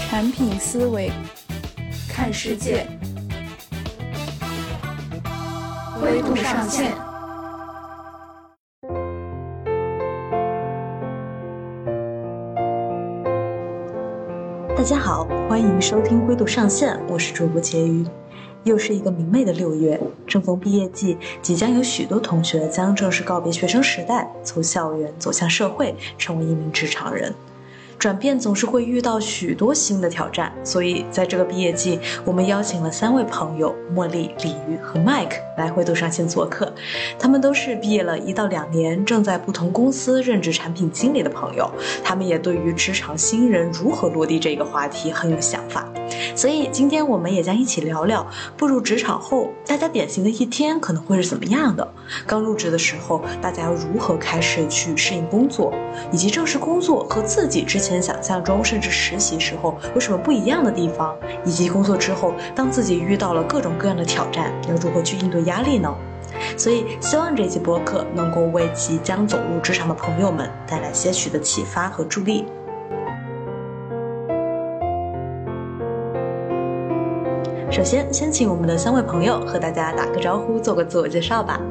产品思维，看世界，微度上线。 大家好，欢迎收听灰度上线，我是主播婕妤。又是一个明媚的6月，正逢毕业季，即将有许多同学将正式告别学生时代，从校园走向社会，成为一名职场人。转变总是会遇到许多新的挑战，所以在这个毕业季，我们邀请了3位朋友茉莉、鲤鱼和 Mike 来灰度上线做客。他们都是毕业了1到2年，正在不同公司任职产品经理的朋友，他们也对于职场新人如何落地这个话题很有想法。所以今天我们也将一起聊聊步入职场后大家典型的一天可能会是怎么样的，刚入职的时候大家要如何开始去适应工作，以及正式工作和自己之前想象中甚至实习时候有什么不一样的地方，以及工作之后当自己遇到了各种各样的挑战，要如何去应对压力呢？所以希望这期播客能够为即将走入职场的朋友们带来些许的启发和助力。首先请我们的3位朋友和大家打个招呼，做个自我介绍吧。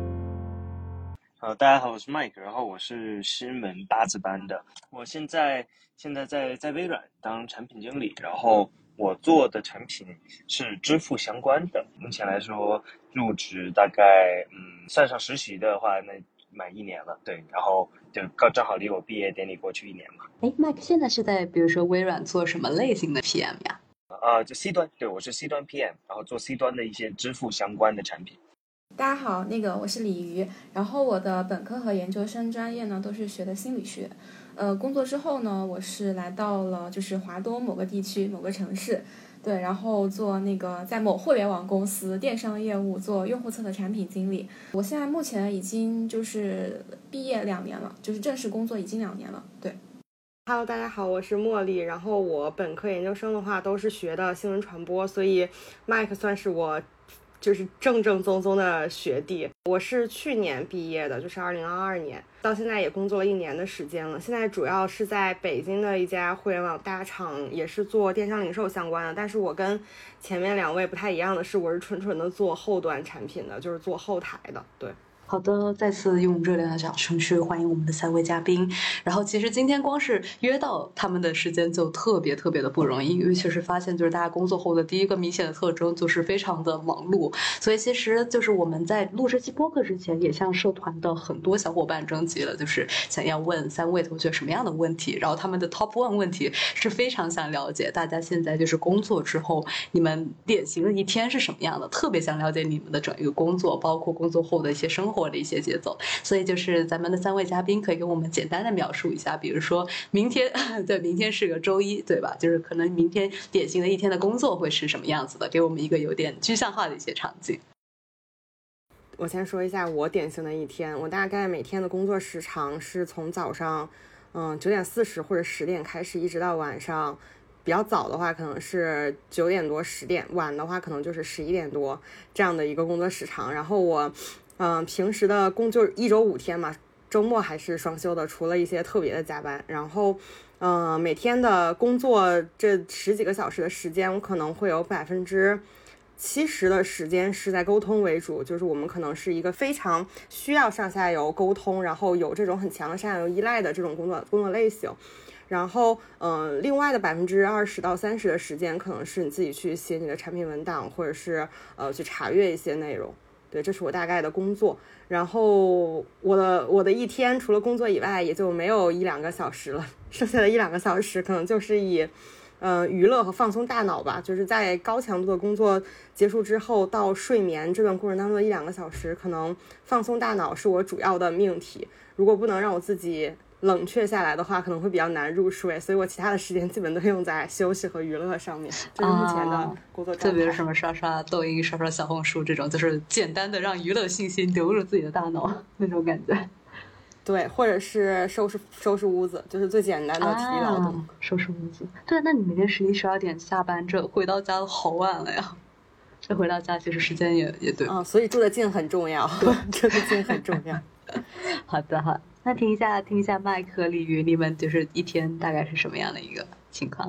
大家好，我是 Mike， 然后我是新闻8字班的，我现在在微软当产品经理，然后我做的产品是支付相关的，目前来说入职大概算上实习的话那满1年了，对，然后就正好离我毕业典礼过去1年嘛。 Mike 现在是在比如说微软做什么类型的 PM 呀？ 就 C 端，对，我是 C 端 PM， 然后做 C 端的一些支付相关的产品。 大家好，我是鲤鱼，然后我的本科和研究生专业呢都是学的心理学。工作之后呢，我是来到了就是华东某个地区某个城市，对，然后做在某互联网公司电商业务做用户侧的产品经理。我现在目前已经就是毕业2年了，就是正式工作已经2年了，对。 Hello， 大家好，我是茉莉。然后我本科研究生的话都是学的新闻传播，所以 Mike 算是我就是正宗的学弟。我是去年毕业的，就是2022年，到现在也工作了1年的时间了。现在主要是在北京的一家互联网大厂，也是做电商零售相关的。但是我跟前面2位不太一样的是，我是纯的做后端产品的，就是做后台的，对。 好的，再次用热烈的掌声去欢迎我们的3位嘉宾。然后其实今天光是约到他们的时间就特别的不容易，因为确实发现就是大家工作后的第一个明显的特征就是非常的忙碌。所以其实就是我们在录这期播客之前也向社团的很多小伙伴征集了，就是想要问3位同学什么样的问题，然后他们的 top 1问题是非常想了解大家现在就是工作之后你们典型的一天是什么样的，特别想了解你们的整一个工作，包括工作后的一些生活的一些节奏。所以就是咱们的3位嘉宾可以给我们简单的描述一下，比如说明天对，明天是个周一，对吧？就是可能明天典型的一天的工作会是什么样子的，给我们一个有点具象化的一些场景。 我先说一下我典型的一天，我大概每天的工作时长是从早上9点40或者10点开始，一直到晚上，比较早的话可能是9点多10点，晚的话可能就是11点多这样的一个工作时长。然后我平时的就是1周5天嘛，周末还是双休的，除了一些特别的加班。然后每天的工作这10几个小时的时间，我可能会有70%的时间是在沟通为主，就是我们可能是一个非常需要上下游沟通，然后有这种很强的上下游依赖的这种工作类型。然后另外的20%到30%的时间可能是你自己去写你的产品文档，或者是去查阅一些内容。对，这是我大概的工作。然后我的一天除了工作以外也就没有1-2个小时了，剩下的1-2个小时可能就是以娱乐和放松大脑吧，就是在高强度的工作结束之后到睡眠这段过程当中的1-2个小时，可能放松大脑是我主要的命题。如果不能让我自己冷却下来的话，可能会比较难入睡，所以我其他的时间基本都用在休息和娱乐上面。这是目前的工作状态。 特别是什么刷刷抖音、刷刷小红书这种，就是简单的让娱乐信息流入自己的大脑那种感觉。 对，或者是收拾屋子，就是最简单的体力劳动。 收拾屋子。对，那你每天11、12点下班，这回到家都好晚了呀。这回到家其实时间也对。 所以住得近很重要，住得近很重要。 好的，那听一下麦克和鲤鱼，你们就是一天大概是什么样的一个情况？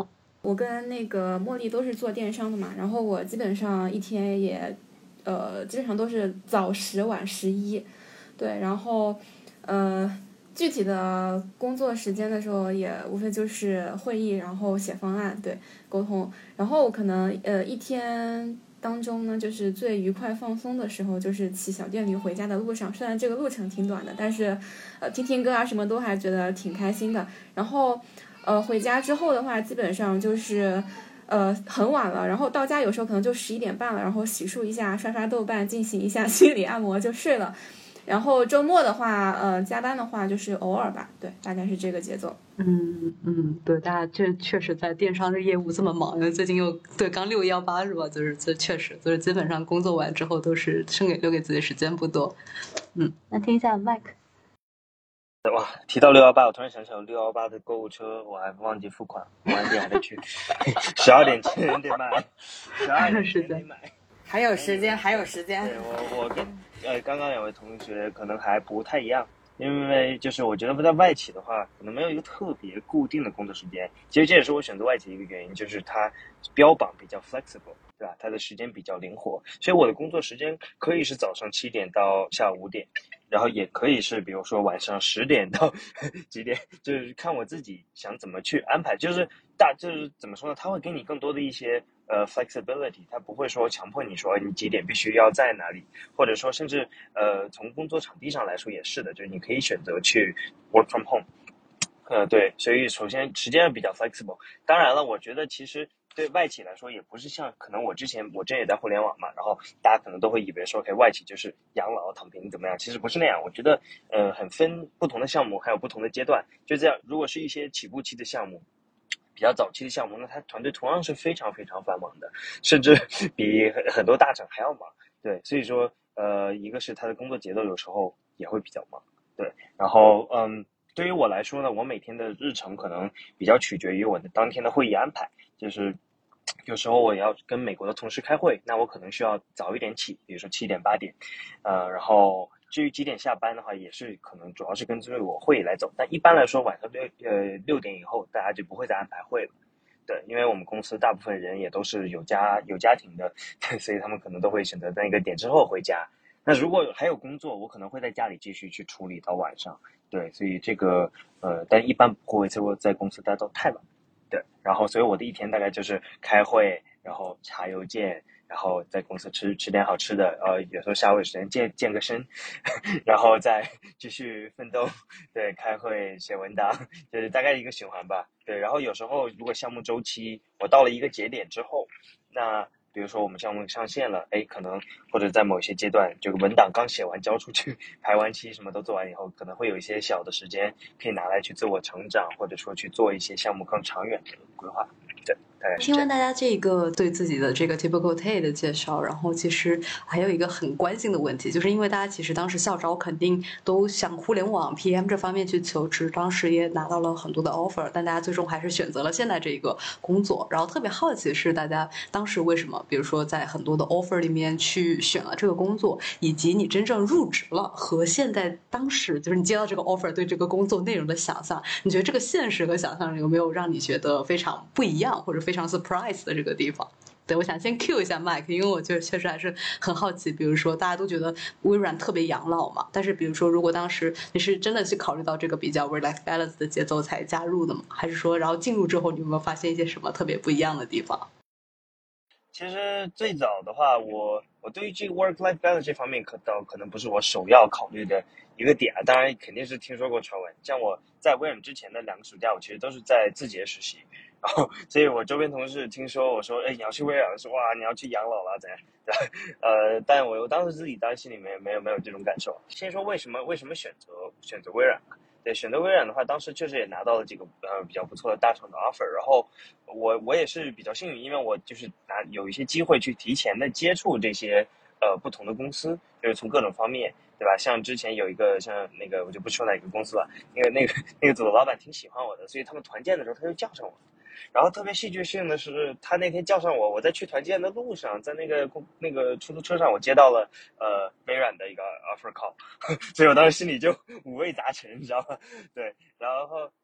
我跟那个茉莉都是做电商的嘛，然后我基本上一天也，基本上都是早10晚11，对，然后，具体的工作时间的时候也无非就是会议，然后写方案，对，沟通，然后可能一天当中呢，就是最愉快放松的时候，就是骑小电驴回家的路上。虽然这个路程挺短的，但是听听歌啊什么都还觉得挺开心的。然后回家之后的话，基本上就是很晚了，然后到家有时候可能就11点半了，然后洗漱一下，刷刷豆瓣，进行一下心理按摩就睡了。然后周末的话，加班的话就是偶尔吧，对，大概是这个节奏。 对，大家这确实在电商这业务这么忙，因为最近又对刚618是吧？就是这确实就是基本上工作完之后都是留给自己时间不多。那听一下 Mike。 哇，提到618，我突然想起来618的购物车，我还忘记付款，晚点还得去，12点前得买，12点前得买。 还有时间，还有时间。 对，我跟刚刚2位同学可能还不太一样，因为就是我觉得在外企的话，可能没有一个特别固定的工作时间。其实这也是我选择外企的一个原因，就是它标榜比较 flexible， 对吧？它的时间比较灵活，所以我的工作时间可以是早上7点到下午5点，然后也可以是比如说晚上10点到几点，就是看我自己想怎么去安排。就是怎么说呢？它会给你更多的一些flexibility， 它不会说强迫你说你几点必须要在哪里，或者说甚至从工作场地上来说也是的，就是你可以选择去 work from home。对，所以首先时间比较 flexible。当然了，我觉得其实对外企来说也不是像可能我之前也在互联网嘛，然后大家可能都会以为说，OK，外企就是养老躺平怎么样？其实不是那样。我觉得很分不同的项目，还有不同的阶段。就这样，如果是一些起步期的项目，比较早期的项目，那他团队同样是非常非常繁忙的，甚至比很多大厂还要忙。对，所以说一个是他的工作节奏有时候也会比较忙。对，然后对于我来说呢，我每天的日程可能比较取决于我的当天的会议安排，就是有时候我要跟美国的同事开会，那我可能需要早一点起，比如说7点8点，然后至于几点下班的话，也是可能主要是根据我会议来走，但一般来说晚上6点以后，大家就不会再安排会了。对，因为我们公司大部分人也都是有家庭的，所以他们可能都会选择在那个点之后回家。那如果还有工作，我可能会在家里继续去处理到晚上。对，所以这个但一般不会在公司待到太晚。对，然后所以我的一天大概就是开会，然后查邮件，然后在公司吃点好吃的，有时候下午有时间健个身，然后再继续奋斗。对，开会写文档，就是大概一个循环吧。对，然后有时候如果项目周期我到了一个节点之后，那比如说我们项目上线了，可能或者在某些阶段，这个文档刚写完交出去，排完期什么都做完以后，可能会有一些小的时间可以拿来去自我成长，或者说去做一些项目更长远的规划。对，大概是这样。 听完大家这个对自己的这个 typical day 的介绍，然后其实还有一个很关心的问题，就是因为大家其实当时校招肯定都向互联网 PM 这方面去求职，当时也拿到了很多的 offer， 但大家最终还是选择了现在这一个工作。然后特别好奇是大家当时为什么，比如说在很多的 offer 里面去选了这个工作，以及你真正入职了和现在当时就是你接到这个 offer 对这个工作内容的想象，你觉得这个现实和想象有没有让你觉得非常不一样，或者非常 surprise 的这个地方？对，我想先 cue 一下 Mike， 因为我觉得确实还是很好奇。比如说，大家都觉得微软特别养老嘛，但是比如说，如果当时你是真的去考虑到这个比较 work-life balance 的节奏才加入的吗？还是说，然后进入之后，你有没有发现一些什么特别不一样的地方？ 其实最早的话，我对于这个 work-life balance 这方面可能不是我首要考虑的一个点。当然肯定是听说过传闻，像我在微软之前的2个暑假，我其实都是在字节实习，然后所以我周边同事听说我说你要去微软，说哇你要去养老了怎样？但我当时自己心里面没有这种感受。先说为什么选择微软。对，选择微软的话，当时确实也拿到了这个比较不错的大厂的 offer， 然后我也是比较幸运，因为我就是有一些机会去提前的接触这些不同的公司，就是从各种方面，对吧？像之前有一个像那个我就不说哪个公司了，那个组的老板挺喜欢我的，所以他们团建的时候他就叫上我。然后特别戏剧性的是，他那天叫上我，我在去团建的路上，在那个出租车上，我接到了微软的一个 offer call， 所以我当时心里就五味杂陈，你知道吗？对，然后对，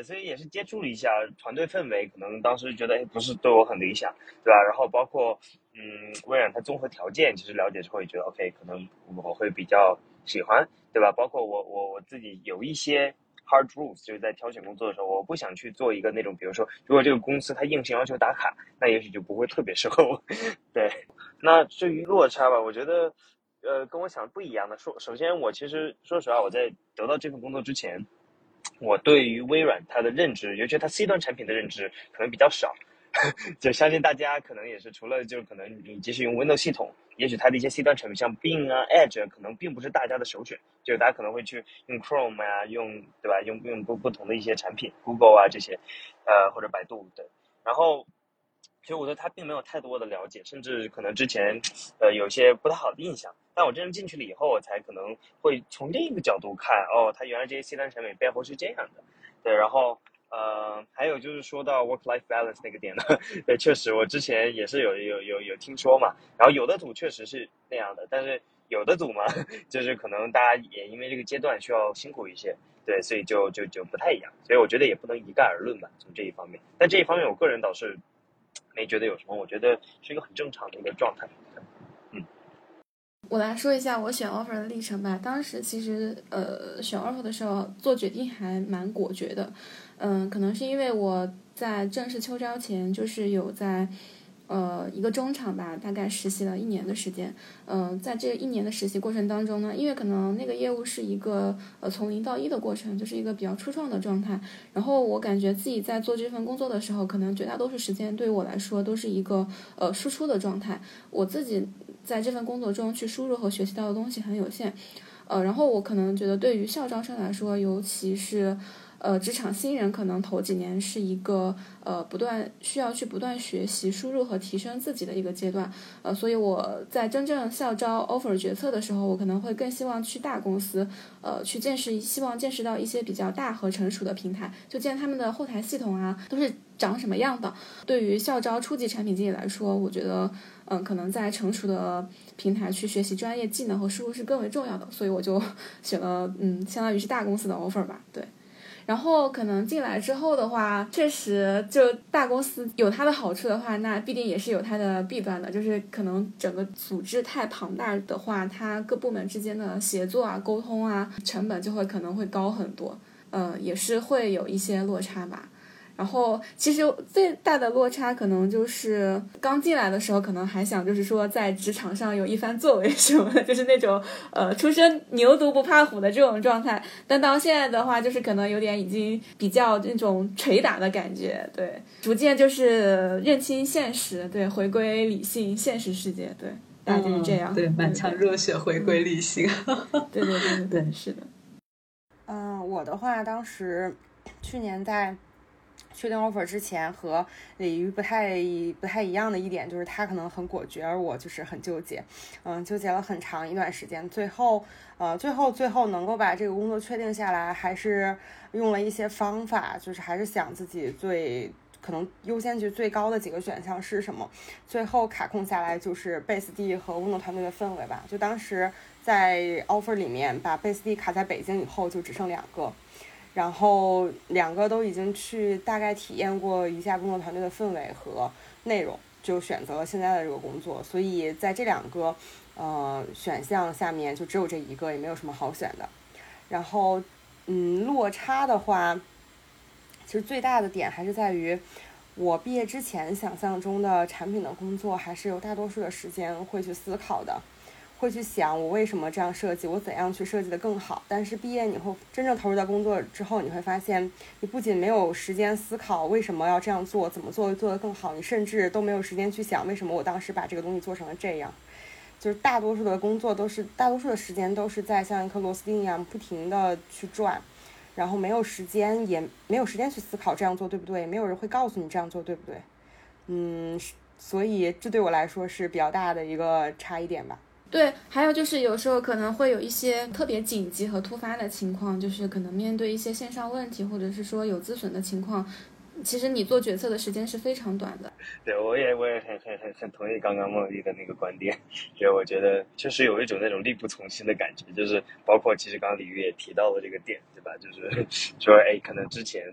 所以也是接触了一下团队氛围，可能当时觉得不是对我很理想，对吧？然后包括微软它综合条件，其实了解之后也觉得 OK， 可能我会比较喜欢，对吧？包括我自己有一些 hard rules， 就是在挑选工作的时候，我不想去做一个那种，比如说如果这个公司它硬性要求打卡，那也许就不会特别适合我。对，那至于落差吧，我觉得跟我想的不一样的。首先我其实说实话，我在得到这份工作之前，我对于微软它的认知，尤其它 C 端产品的认知可能比较少。就相信大家可能也是，除了就可能你即使用 Windows 系统，也许它的一些 C 端产品像 Bing 啊 Edge 可能并不是大家的首选，就大家可能会去用 Chrome 啊，对吧？用不同的一些产品 Google 啊这些，或者百度。对，然后其实我对它并没有太多的了解，甚至可能之前有些不太好的印象。但我真正进去了以后，我才可能会从另一个角度看，它原来这些 C 端产品背后是这样的。对，然后还有就是说到 work-life balance 那个点呢，对，确实我之前也是有听说嘛，然后有的组确实是那样的，但是有的组嘛，就是可能大家也因为这个阶段需要辛苦一些，对，所以就不太一样，所以我觉得也不能一概而论吧，从这一方面。但这一方面我个人倒是没觉得有什么，我觉得是一个很正常的一个状态。 我来说一下我选 offer 的历程吧。当时其实选 offer 的时候做决定还蛮果决的，可能是因为我在正式秋招前就是有在一个中场吧，大概实习了1年的时间。在这1年的实习过程当中呢，因为可能那个业务是一个从0到1的过程，就是一个比较初创的状态。然后我感觉自己在做这份工作的时候，可能绝大多数时间对于我来说都是一个输出的状态。我自己在这份工作中去输入和学习到的东西很有限。然后我可能觉得对于校招生来说，尤其是职场新人，可能头几年是一个需要去不断学习、输入和提升自己的一个阶段。所以我在真正校招 offer 决策的时候，我可能会更希望去大公司，去希望见识到一些比较大和成熟的平台，就见他们的后台系统啊都是长什么样的。对于校招初级产品经理来说，我觉得可能在成熟的平台去学习专业技能和输入是更为重要的，所以我就选了相当于是大公司的 offer 吧。对，然后可能进来之后的话，确实就大公司有它的好处的话，那必定也是有它的弊端的，就是可能整个组织太庞大的话，它各部门之间的协作啊、沟通啊，成本就会可能会高很多，也是会有一些落差吧。然后其实最大的落差可能就是刚进来的时候可能还想就是说在职场上有一番作为什么的，就是那种初生牛犊不怕虎的这种状态。但到现在的话，就是可能有点已经比较那种捶打的感觉，对，逐渐就是认清现实，对，回归理性现实世界，对，大概就是这样。 对，满腔热血回归理性。 对对对对，是的。 我的话，当时去年在确定 offer 之前和李鱼不太一样的一点就是他可能很果决，而我就是很纠结，纠结了很长一段时间，最后能够把这个工作确定下来，还是用了一些方法，就是还是想自己可能优先级最高的几个选项是什么，最后卡控下来就是 BaseD 和乌诺团队的氛围吧。就当时在 offer 里面把 BaseD 卡在北京以后，就只剩2个。然后2个都已经去大概体验过一下工作团队的氛围和内容，就选择了现在的这个工作。所以在这2个选项下面就只有这一个，也没有什么好选的。然后落差的话，其实最大的点还是在于我毕业之前想象中的产品的工作还是有大多数的时间会去思考的，会去想我为什么这样设计，我怎样去设计的更好。但是毕业以后真正投入到工作之后，你会发现你不仅没有时间思考为什么要这样做，怎么做得更好，你甚至都没有时间去想为什么我当时把这个东西做成了这样。就是大多数的时间都是在像一颗螺丝钉一样不停的去转，然后没有时间去思考这样做对不对，没有人会告诉你这样做对不对。所以这对我来说是比较大的一个差异点吧。 对，还有就是有时候可能会有一些特别紧急和突发的情况，就是可能面对一些线上问题，或者是说有自损的情况，其实你做决策的时间是非常短的。 对，我也很同意刚刚梦丽的那个观点，所以我觉得确实有一种那种力不从心的感觉，就是包括其实刚刚李玉也提到了这个点，对吧？就是说可能之前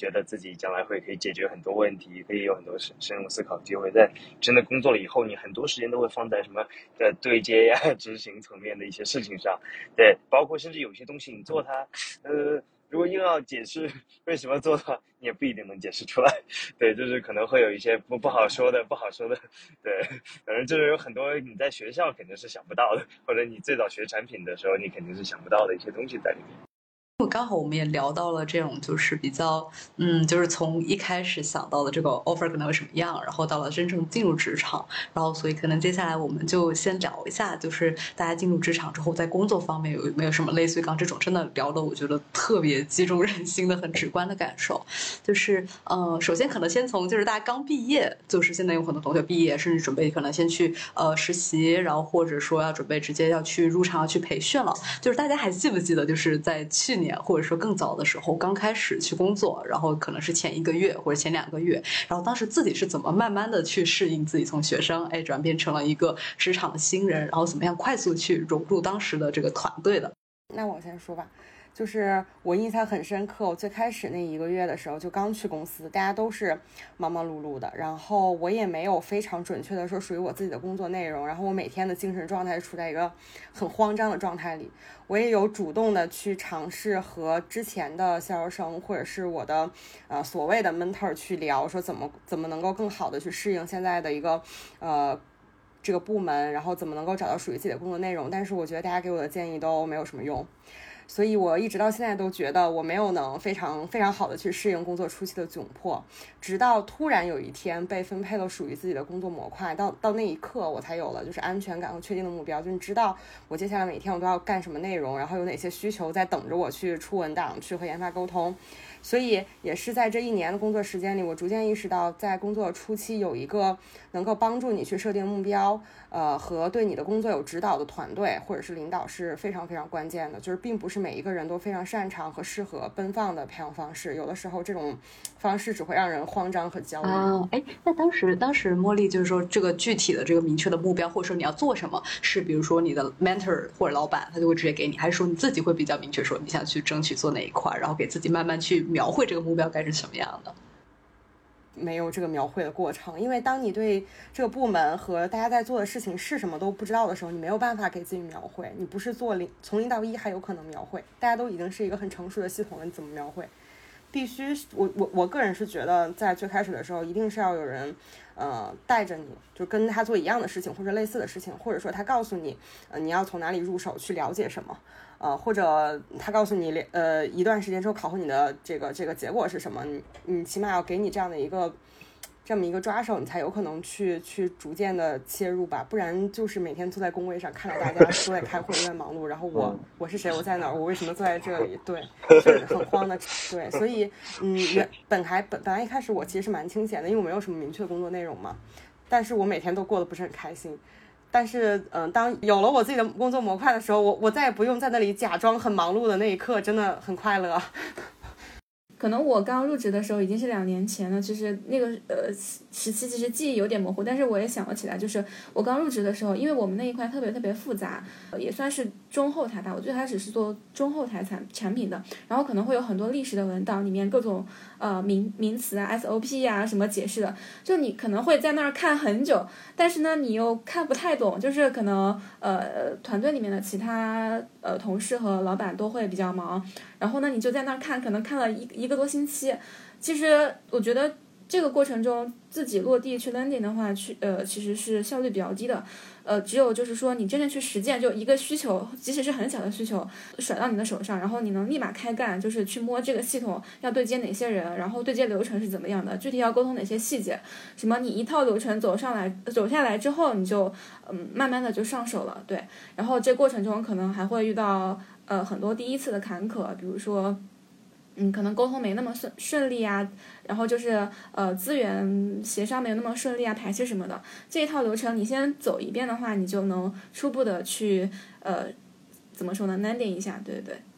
觉得自己将来可以解决很多问题，可以有很多深入思考的机会。在真的工作了以后，你很多时间都会放在什么对接呀、执行层面的一些事情上。对，包括甚至有些东西你做它，如果硬要解释为什么做的话，你也不一定能解释出来。对，就是可能会有一些不好说的。对，反正就是有很多你在学校肯定是想不到的，或者你最早学产品的时候你肯定是想不到的一些东西在里面。 刚好我们也聊到了这种就是比较就是从一开始想到的这个 offer 可能是什么样，然后到了真正进入职场，然后所以可能接下来我们就先聊一下，就是大家进入职场之后在工作方面有没有什么类似于刚这种真的聊的我觉得特别击中人心的很直观的感受。就是首先可能先从就是大家刚毕业，就是现在有很多同学毕业甚至准备可能先去实习，然后或者说要准备直接要去入场要去培训了，就是大家还记不记得就是在去年或者说更早的时候刚开始去工作，然后可能是前1个月或者前2个月，然后当时自己是怎么慢慢的去适应自己从学生转变成了一个职场的新人，然后怎么样快速去融入当时的这个团队的。 那我先说吧，就是我印象很深刻，我最开始那1个月的时候就刚去公司，大家都是忙忙碌碌的，然后我也没有非常准确的说属于我自己的工作内容，然后我每天的精神状态处在一个很慌张的状态里。我也有主动的去尝试和之前的销售生或者是我的所谓的 mentor 去聊，说怎么能够更好的去适应现在的一个这个部门，然后怎么能够找到属于自己的工作内容。但是我觉得大家给我的建议都没有什么用，所以我一直到现在都觉得我没有能非常非常好的去适应工作初期的窘迫，直到突然有一天被分配了属于自己的工作模块，到那一刻我才有了就是安全感和确定的目标，就是知道我接下来每天我都要干什么内容，然后有哪些需求在等着我去出文档去和研发沟通。所以也是在这1年的工作时间里，我逐渐意识到在工作初期有一个能够帮助你去设定目标和对你的工作有指导的团队或者是领导是非常非常关键的。就是并不是每一个人都非常擅长和适合奔放的培养方式，有的时候这种方式只会让人慌张和焦虑。 那当时茉莉就是说这个具体的这个明确的目标或者说你要做什么，是比如说你的 mentor 或者老板他就会直接给你，还是说你自己会比较明确说你想去争取做哪一块，然后给自己慢慢去描绘这个目标该是什么样的？ 没有这个描绘的过程，因为当你对这个部门和大家在做的事情是什么都不知道的时候，你没有办法给自己描绘。你不是做从0到1还有可能描绘，大家都已经是一个很成熟的系统了，你怎么描绘？必须我个人是觉得在最开始的时候一定是要有人带着你，就跟他做一样的事情或者类似的事情，或者说他告诉你你要从哪里入手去了解什么，或者他告诉你一段时间之后考核你的这个结果是什么，你起码要给你这么一个抓手，你才有可能去逐渐的切入吧，不然就是每天坐在工位上看到大家都在开会都在忙碌，然后我是谁，我在哪儿，我为什么坐在这里，对，就是很慌的。对，所以本来一开始我其实是蛮清闲的，因为我没有什么明确的工作内容嘛，但是我每天都过得不是很开心。但是当有了我自己的工作模块的时候，我再也不用在那里假装很忙碌的那一刻，真的很快乐。 可能我刚入职的时候已经是2年前了，就是那个时期其实记忆有点模糊，但是我也想了起来，就是我刚入职的时候，因为我们那一块特别复杂，也算是中后台吧，我最开始是做中后台产品的，然后可能会有很多历史的文档，里面各种名词啊 SOP 啊什么解释的，就你可能会在那儿看很久，但是呢你又看不太懂，就是可能团队里面的其他同事和老板都会比较忙，然后呢你就在那儿看，可能看了一个多星期。其实我觉得这个过程中自己落地去 landing 的话，其实是效率比较低的。只有就是说你真正去实践，就一个需求，即使是很小的需求甩到你的手上，然后你能立马开干，就是去摸这个系统要对接哪些人，然后对接流程是怎么样的，具体要沟通哪些细节，什么你一套流程走下来之后，你就慢慢的就上手了。对，然后这过程中可能还会遇到很多第一次的坎坷，比如说可能沟通没那么顺利啊，然后就是资源协商没有那么顺利啊，排期什么的，这一套流程你先走一遍的话，你就能初步的去怎么说呢 landing 一下。对对对。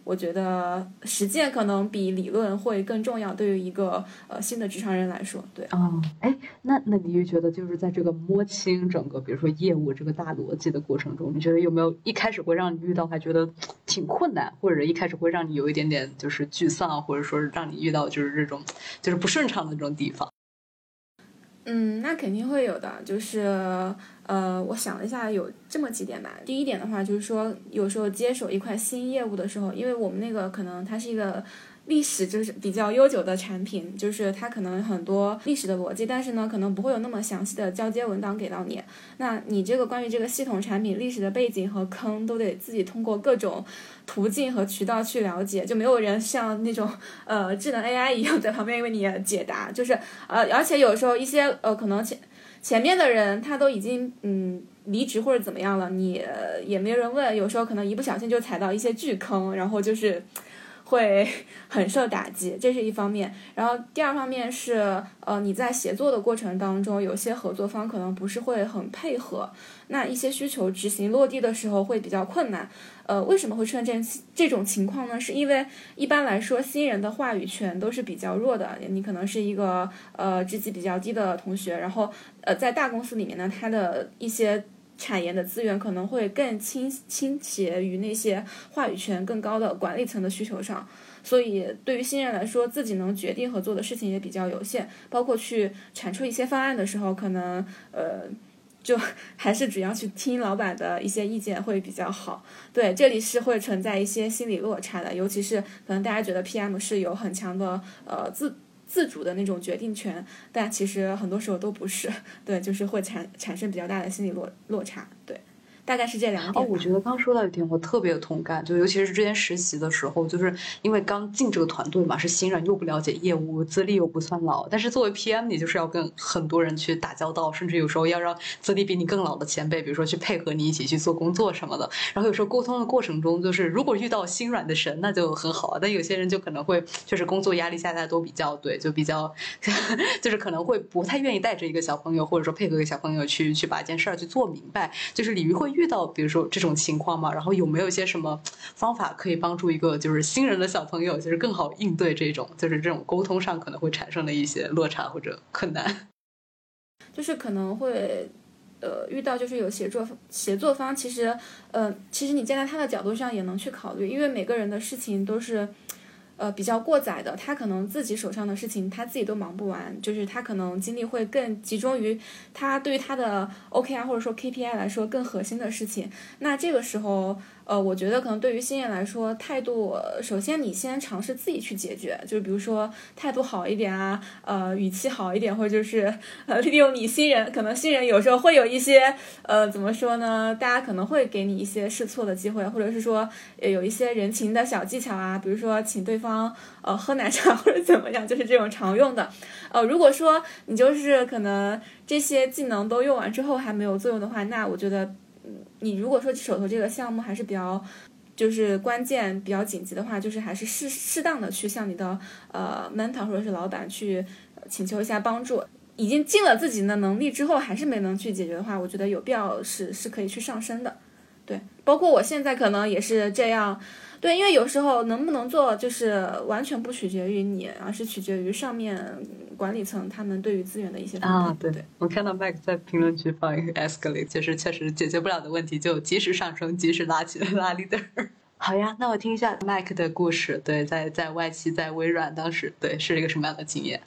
我觉得实践可能比理论会更重要，对于一个新的职场人来说。对。 那你觉得就是在这个摸清整个比如说业务这个大逻辑的过程中，你觉得有没有一开始会让你遇到还觉得挺困难，或者一开始会让你有一点点就是沮丧，或者说是让你遇到就是这种就是不顺畅的这种地方？ 那肯定会有的，就是我想了一下，有这么几点吧。第一点的话，就是说有时候接手一块新业务的时候，因为我们那个可能它是一个历史就是比较悠久的产品，就是它可能很多历史的逻辑，但是呢，可能不会有那么详细的交接文档给到你。那你这个关于这个系统产品历史的背景和坑，都得自己通过各种途径和渠道去了解，就没有人像那种智能 AI 一样在旁边为你解答，就是而且有时候一些可能前面的人他都已经离职或者怎么样了，你也没人问，有时候可能一不小心就踩到一些巨坑，然后就是会很受打击，这是一方面。然后第二方面是你在协作的过程当中，有些合作方可能不是会很配合，那一些需求执行落地的时候会比较困难。为什么会出现这种情况呢？是因为一般来说新人的话语权都是比较弱的，你可能是一个职级比较低的同学，然后在大公司里面呢，他的一些产业的资源可能会更倾斜于那些话语权更高的管理层的需求上，所以对于新人来说，自己能决定和做的事情也比较有限，包括去产出一些方案的时候，可能就还是主要去听老板的一些意见会比较好。对，这里是会存在一些心理落差的，尤其是可能大家觉得 PM 是有很强的自主的那种决定权，但其实很多时候都不是。对，就是会产生比较大的心理落差。对。大概是这两点。 我觉得刚说到一点，我特别有同感，就尤其是之前实习的时候，就是因为刚进这个团队嘛，是新人，又不了解业务，资历又不算老，但是作为 PM，你就是要跟很多人去打交道，甚至有时候要让资历比你更老的前辈，比如说去配合你一起去做工作什么的。然后有时候沟通的过程中，就是如果遇到心软的神，那就很好，但有些人就可能会就是工作压力下大家都比较就比较就是可能会不太愿意带着一个小朋友，或者说配合一个小朋友去把一件事儿去做明白。就是鲤鱼会遇到比如说这种情况吗？然后有没有一些什么方法可以帮助一个就是新人的小朋友就是更好应对这种就是这种沟通上可能会产生的一些落差或者困难？ 就是可能会遇到就是有协作方，其实你站在他的角度上也能去考虑，因为每个人的事情都是比较过载的，他可能自己手上的事情他自己都忙不完，就是他可能精力会更集中于他对于他的 OKR 或者说 KPI 来说更核心的事情。那这个时候我觉得可能对于新人来说，态度首先你先尝试自己去解决，就是比如说态度好一点啊，语气好一点，或者就是利用你可能新人有时候会有一些怎么说呢，大家可能会给你一些试错的机会，或者是说有一些人情的小技巧啊，比如说请对方喝奶茶或者怎么样，就是这种常用的。如果说你就是可能这些技能都用完之后还没有作用的话，那我觉得你如果说手头这个项目还是比较就是关键比较紧急的话，就是还是适当的去向你的mentor 或者是老板去请求一下帮助。已经尽了自己的能力之后还是没能去解决的话，我觉得有必要是可以去上升的。对，包括我现在可能也是这样。对，因为有时候能不能做就是完全不取决于你，而是取决于上面管理层他们对于资源的一些分配。 对，我看到 Mike 在评论区放一个 escalate， 就是确实解决不了的问题就及时上升，及时拉 leader。好呀，那我听一下 Mike 的故事。对，在外企在微软当时对是一个什么样的经验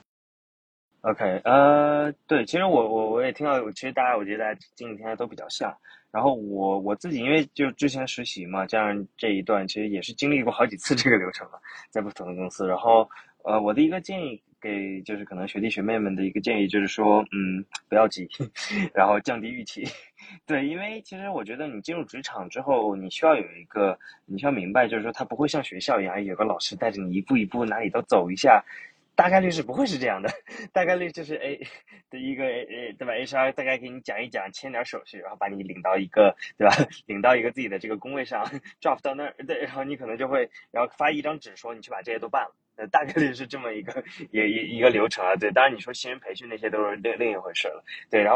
？OK，对，其实我也听到，其实我觉得大家经历听起来都比较像。然后我自己因为就之前实习嘛，加上这一段其实也是经历过好几次这个流程了，在不同的公司。然后我的一个建议给就是可能学弟学妹们的一个建议就是说，不要急，然后降低预期。对，因为其实我觉得你进入职场之后，你需要明白，就是说它不会像学校一样有个老师带着你一步一步哪里都走一下。大概率是不会是这样的，大概率就是的一个对吧 HR 大概给你讲一讲，签点手续，然后把你领到一个对吧，领到一个自己的这个工位上 drop 到那儿，对，然后你可能就会然后发一张纸说你去把这些都办了，大概率是这么一个一个流程啊。对，当然你说新人培训那些都是另一回事了。对，然后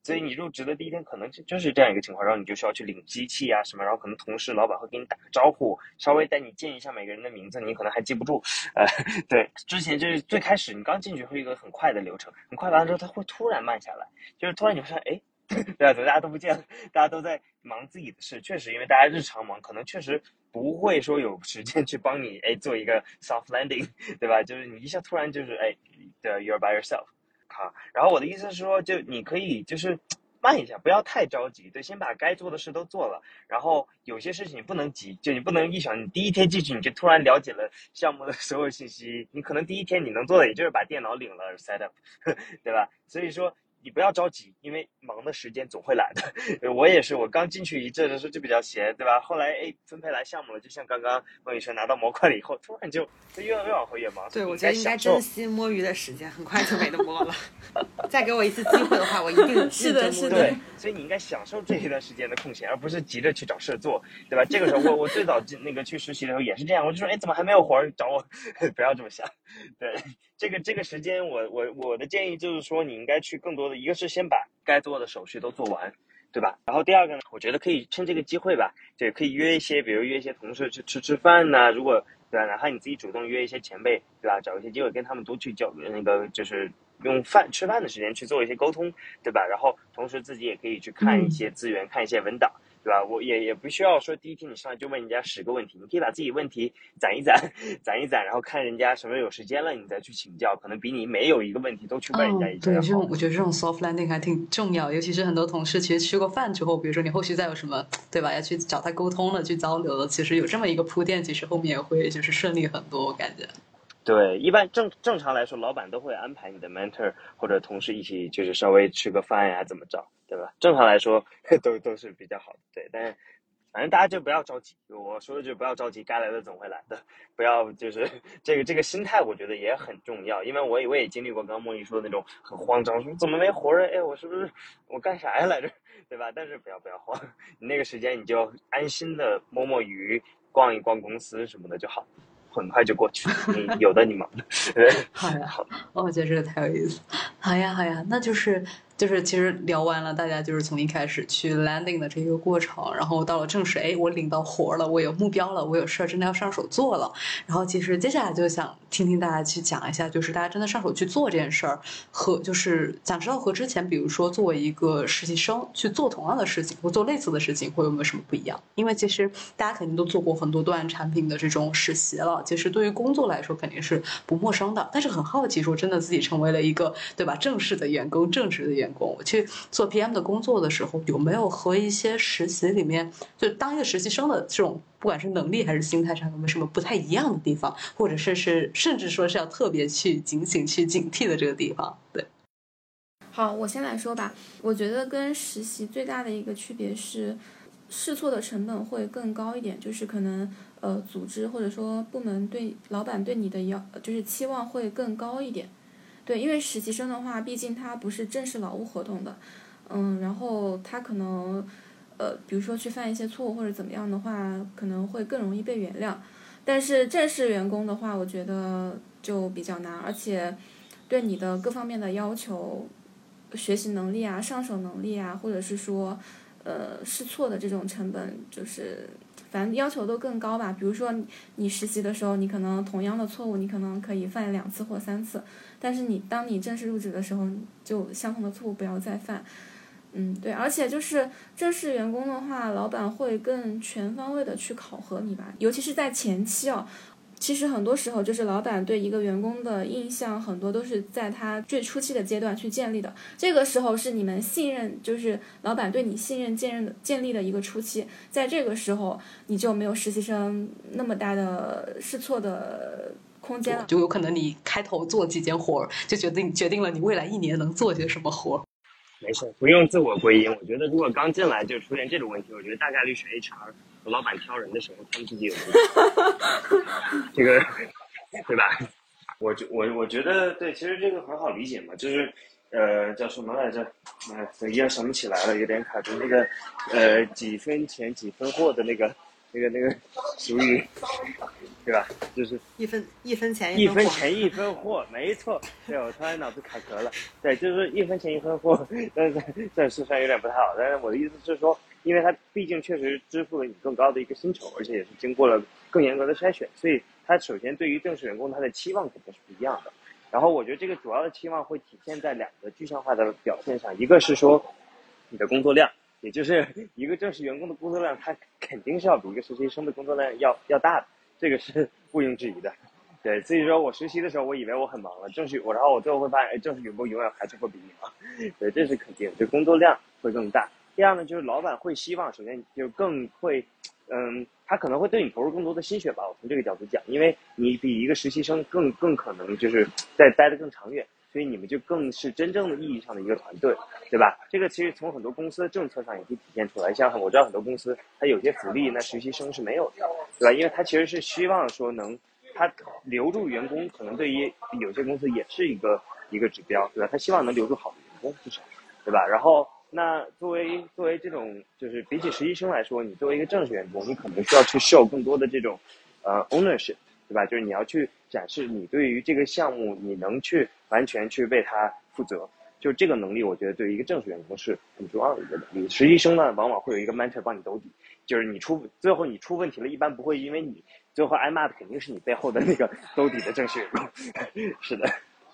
所以你入职的第一天可能就是这样一个情况，然后你就需要去领机器啊什么，然后可能同事老板会给你打个招呼，稍微带你见一下每个人的名字，你可能还记不住，对，之前就是最开始你刚进去会一个很快的流程，很快完了之后它会突然慢下来，就是突然你会发现，哎，对啊，大家都不见了，大家都在忙自己的事，确实因为大家日常忙，可能确实不会说有时间去帮你做一个 soft landing， 对吧？就是你一下突然就是对 you're by yourself。然后我的意思是说，就你可以就是慢一下，不要太着急，对，先把该做的事都做了，然后有些事情不能急，就你不能想你第一天进去你就突然了解了项目的所有信息，你可能第一天你能做的也就是把电脑领了 set up， 对吧？所以说你不要着急，因为忙的时间总会来的。我也是，我刚进去一阵的时候就比较闲，对吧？后来分配来项目了，就像刚刚孟雨辰拿到模块了以后，突然就越往后越忙。 对，我觉得应该珍惜摸鱼的时间，很快就没得摸了。再给我一次机会的话，我一定是的，是的。 对，所以你应该享受这一段时间的空闲，而不是急着去找事做，对吧？这个时候我最早去实习的时候也是这样，我就说，怎么还没有活儿找我？不要这么想。对，这个时间我的建议就是说，你应该去更多的，一个是先把该做的手续都做完，对吧？然后第二个呢，我觉得可以趁这个机会吧，对，可以比如约一些同事去吃饭呐，如果对吧，哪怕你自己主动约一些前辈，对吧？找一些机会跟他们多去就是用吃饭的时间去做一些沟通，对吧？然后同时自己也可以去看一些资源，看一些文档。对吧？我也不需要说第一天你上来就问人家10个问题，你可以把自己问题攒一攒，然后看人家什么时候有时间了，你再去请教，可能比你没有一个问题都去问人家一个要好。 对，我觉得这种 soft landing 还挺重要，尤其是很多同事其实吃过饭之后，比如说你后续再有什么，对吧？要去找他沟通了，去交流了，其实有这么一个铺垫，其实后面也会就是顺利很多，我感觉。 对，一般正常来说，老板都会安排你的 mentor 或者同事一起，就是稍微吃个饭呀，怎么着，对吧？正常来说都是比较好的，对。但是反正大家就不要着急，我说的就不要着急，该来的总会来的，不要就是这个心态，我觉得也很重要。因为我也经历过刚刚莫莉说的那种很慌张，说怎么没活儿？我是不是我干啥呀来着？对吧？但是不要慌，你那个时间你就安心的摸鱼，逛一逛公司什么的就好。很快就过去，你有的你忙的。 好呀，我觉得这个太有意思。好呀，那就是其实聊完了，大家就是从一开始去 landing 的这个过程，然后到了正式，我领到活了，我有目标了，我有事儿真的要上手做了。然后其实接下来就想听大家去讲一下，就是大家真的上手去做这件事儿，和就是想知道和之前比如说作为一个实习生去做同样的事情或做类似的事情会有没有什么不一样？因为其实大家肯定都做过很多端产品的这种实习了，其实对于工作来说肯定是不陌生的，但是很好奇说真的自己成为了一个对吧正式的员工，正职的员工，我去做 PM 的工作的时候，有没有和一些实习里面就当一个实习生的这种不管是能力还是心态上有没有什么不太一样的地方，或者是甚至说是要特别去警醒去警惕的这个地方？对， 好，我先来说吧。我觉得跟实习最大的一个区别是试错的成本会更高一点，就是可能组织或者说部门对老板对你的就是期望会更高一点。对，因为实习生的话，毕竟他不是正式劳务合同的，然后他可能比如说去犯一些错误或者怎么样的话，可能会更容易被原谅。但是正式员工的话，我觉得就比较难，而且对你的各方面的要求，学习能力啊、上手能力啊，或者是说试错的这种成本，就是反正要求都更高吧。比如说你实习的时候，你可能同样的错误，你可能可以犯2次或3次，但是当你正式入职的时候，就相同的错误不要再犯。对，而且就是正式员工的话，老板会更全方位的去考核你吧，尤其是在前期哦。其实很多时候就是老板对一个员工的印象，很多都是在他最初期的阶段去建立的。这个时候是你们信任，就是老板对你信任建立的一个初期。在这个时候，你就没有实习生那么大的试错的空间了， 就有可能你开头做几件活，就决定了你未来1年能做些什么活。 没事，不用自我归因。我觉得如果刚进来就出现这种问题，我觉得大概率是 HR 和老板挑人的时候他们自己有问题。这个对吧？我觉得对，其实这个很好理解嘛，就是叫什么来着？一下想不起来了，有点卡住。那个几分钱几分货的那个那个俗语，对吧？就是一分钱一分钱一分货，没错。对，我突然脑子卡壳了。对，就是一分钱一分货，但是这事上有点不太好。但是我的意思是说，因为它毕竟确实支付了你更高的一个薪酬，而且也是经过了更严格的筛选，所以它首先对于正式员工他的期望肯定是不一样的。然后我觉得这个主要的期望会体现在两个具象化的表现上，一个是说你的工作量，也就是一个正式员工的工作量，它肯定是要比一个实习生的工作量要大的，这个是毋庸置疑的。对，所以说我实习的时候，我以为我很忙了，然后我最后会发现，正式员工永远还是会比你忙，对，这是肯定的，就工作量会更大。第二呢，就是老板会希望，首先就更会，他可能会对你投入更多的心血吧。我从这个角度讲，因为你比一个实习生更可能就是在待得更长远，所以你们就更是真正的意义上的一个团队，对吧？这个其实从很多公司的政策上也可以体现出来。像我知道很多公司，它有些福利，那实习生是没有的，对吧？因为它其实是希望说他留住员工，可能对于有些公司也是一个指标，对吧？他希望能留住好的员工，至少，对吧？然后那作为这种，就是比起实习生来说，你作为一个正式员工，你可能需要去受更多的这种ownership， 对吧？就是你要去展示你对于这个项目你能去完全去为它负责，就这个能力，我觉得对于一个正式员工是很重要的一个能力。实习生呢，往往会有一个 mentor 帮你兜底，就是最后你出问题了，一般不会因为你最后挨骂的肯定是你背后的那个兜底的正式员工。是的。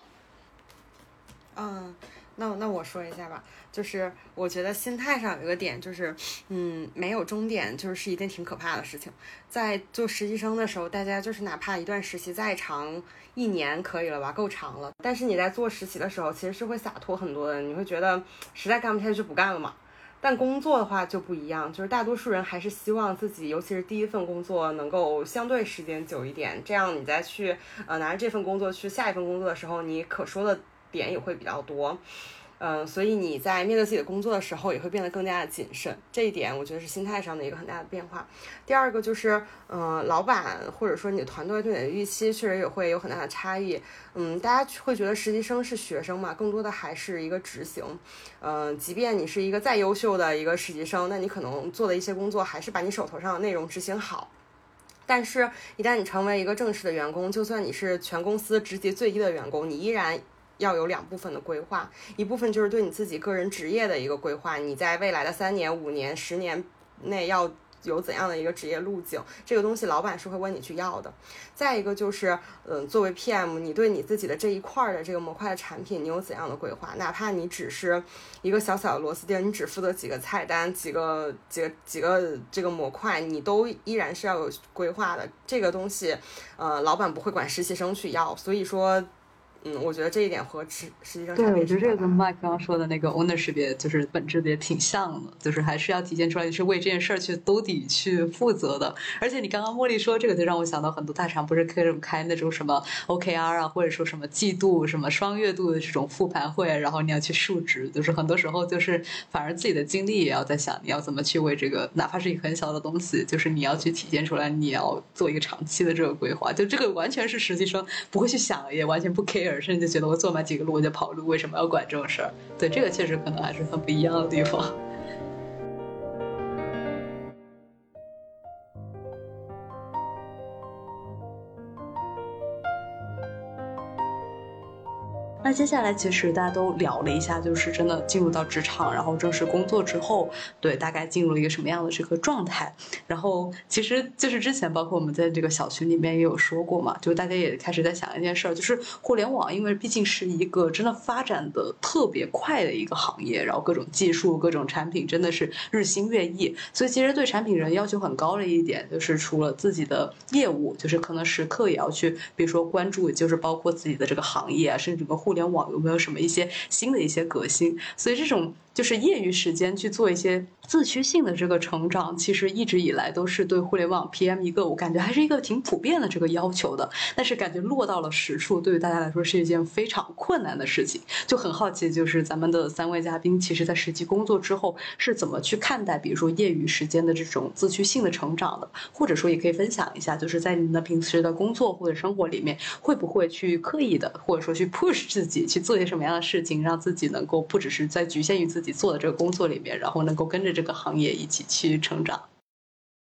那我说一下吧，就是我觉得心态上有一个点，就是没有终点就是一件挺可怕的事情。在做实习生的时候，大家就是哪怕一段实习再长1年可以了吧，够长了。但是你在做实习的时候，其实是会洒脱很多的，你会觉得实在干不下去就不干了嘛。但工作的话就不一样，就是大多数人还是希望自己，尤其是第一份工作能够相对时间久一点，这样你再去拿着这份工作去下一份工作的时候，你可说的点也会比较多。所以你在面对自己的工作的时候也会变得更加的谨慎，这一点我觉得是心态上的一个很大的变化。第二个就是老板或者说你的团队对你的预期确实也会有很大的差异。大家会觉得实习生是学生嘛，更多的还是一个执行。即便你是一个再优秀的一个实习生，那你可能做的一些工作还是把你手头上的内容执行好。但是一旦你成为一个正式的员工，就算你是全公司职级最低的员工，你依然要有2部分的规划，一部分就是对你自己个人职业的一个规划，你在未来的3年、5年、10年内要有怎样的一个职业路径，这个东西老板是会问你去要的。再一个就是作为 PM， 你对你自己的这一块的这个模块的产品你有怎样的规划，哪怕你只是一个小小的螺丝钉，你只负责几个菜单、几个这个模块，你都依然是要有规划的。这个东西老板不会管实习生去要，所以说我觉得这一点和实习生差别。 对，我觉得这个跟 Mike 刚刚说的那个 ownership 也就是本质也挺像的，就是还是要体现出来你是为这件事儿去兜底去负责的。而且你刚刚茉莉说这个，就让我想到很多大厂不是开那种什么 OKR 啊，或者说什么季度、什么双月度的这种复盘会，然后你要去述职，就是很多时候就是反而自己的精力也要在想你要怎么去为这个，哪怕是一个很小的东西，就是你要去体现出来，你要做一个长期的这个规划。就这个完全是实习生不会去想，也完全不 care。甚至觉得我做满几个路我就跑路，为什么要管这种事儿？对，这个确实可能还是很不一样的地方。那接下来其实大家都聊了一下，就是真的进入到职场，然后正式工作之后，对，大概进入了一个什么样的这个状态。然后其实就是之前包括我们在这个小群里面也有说过嘛，就大家也开始在想一件事儿，就是互联网因为毕竟是一个真的发展的特别快的一个行业，然后各种技术各种产品真的是日新月异，所以其实对产品人要求很高的一点就是除了自己的业务，就是可能时刻也要去比如说关注，就是包括自己的这个行业啊，甚至整个互联网有没有什么一些新的一些革新。所以这种就是业余时间去做一些自驱性的这个成长，其实一直以来都是对互联网 PM 一个我感觉还是一个挺普遍的这个要求的，但是感觉落到了实处对于大家来说是一件非常困难的事情。就很好奇，就是咱们的3位嘉宾其实在实际工作之后是怎么去看待比如说业余时间的这种自驱性的成长的，或者说也可以分享一下，就是在你们平时的工作或者生活里面会不会去刻意的或者说去 push 自己去做些什么样的事情，让自己能够不只是在局限于自己做的这个工作里面，然后能够跟着这个行业一起去成长。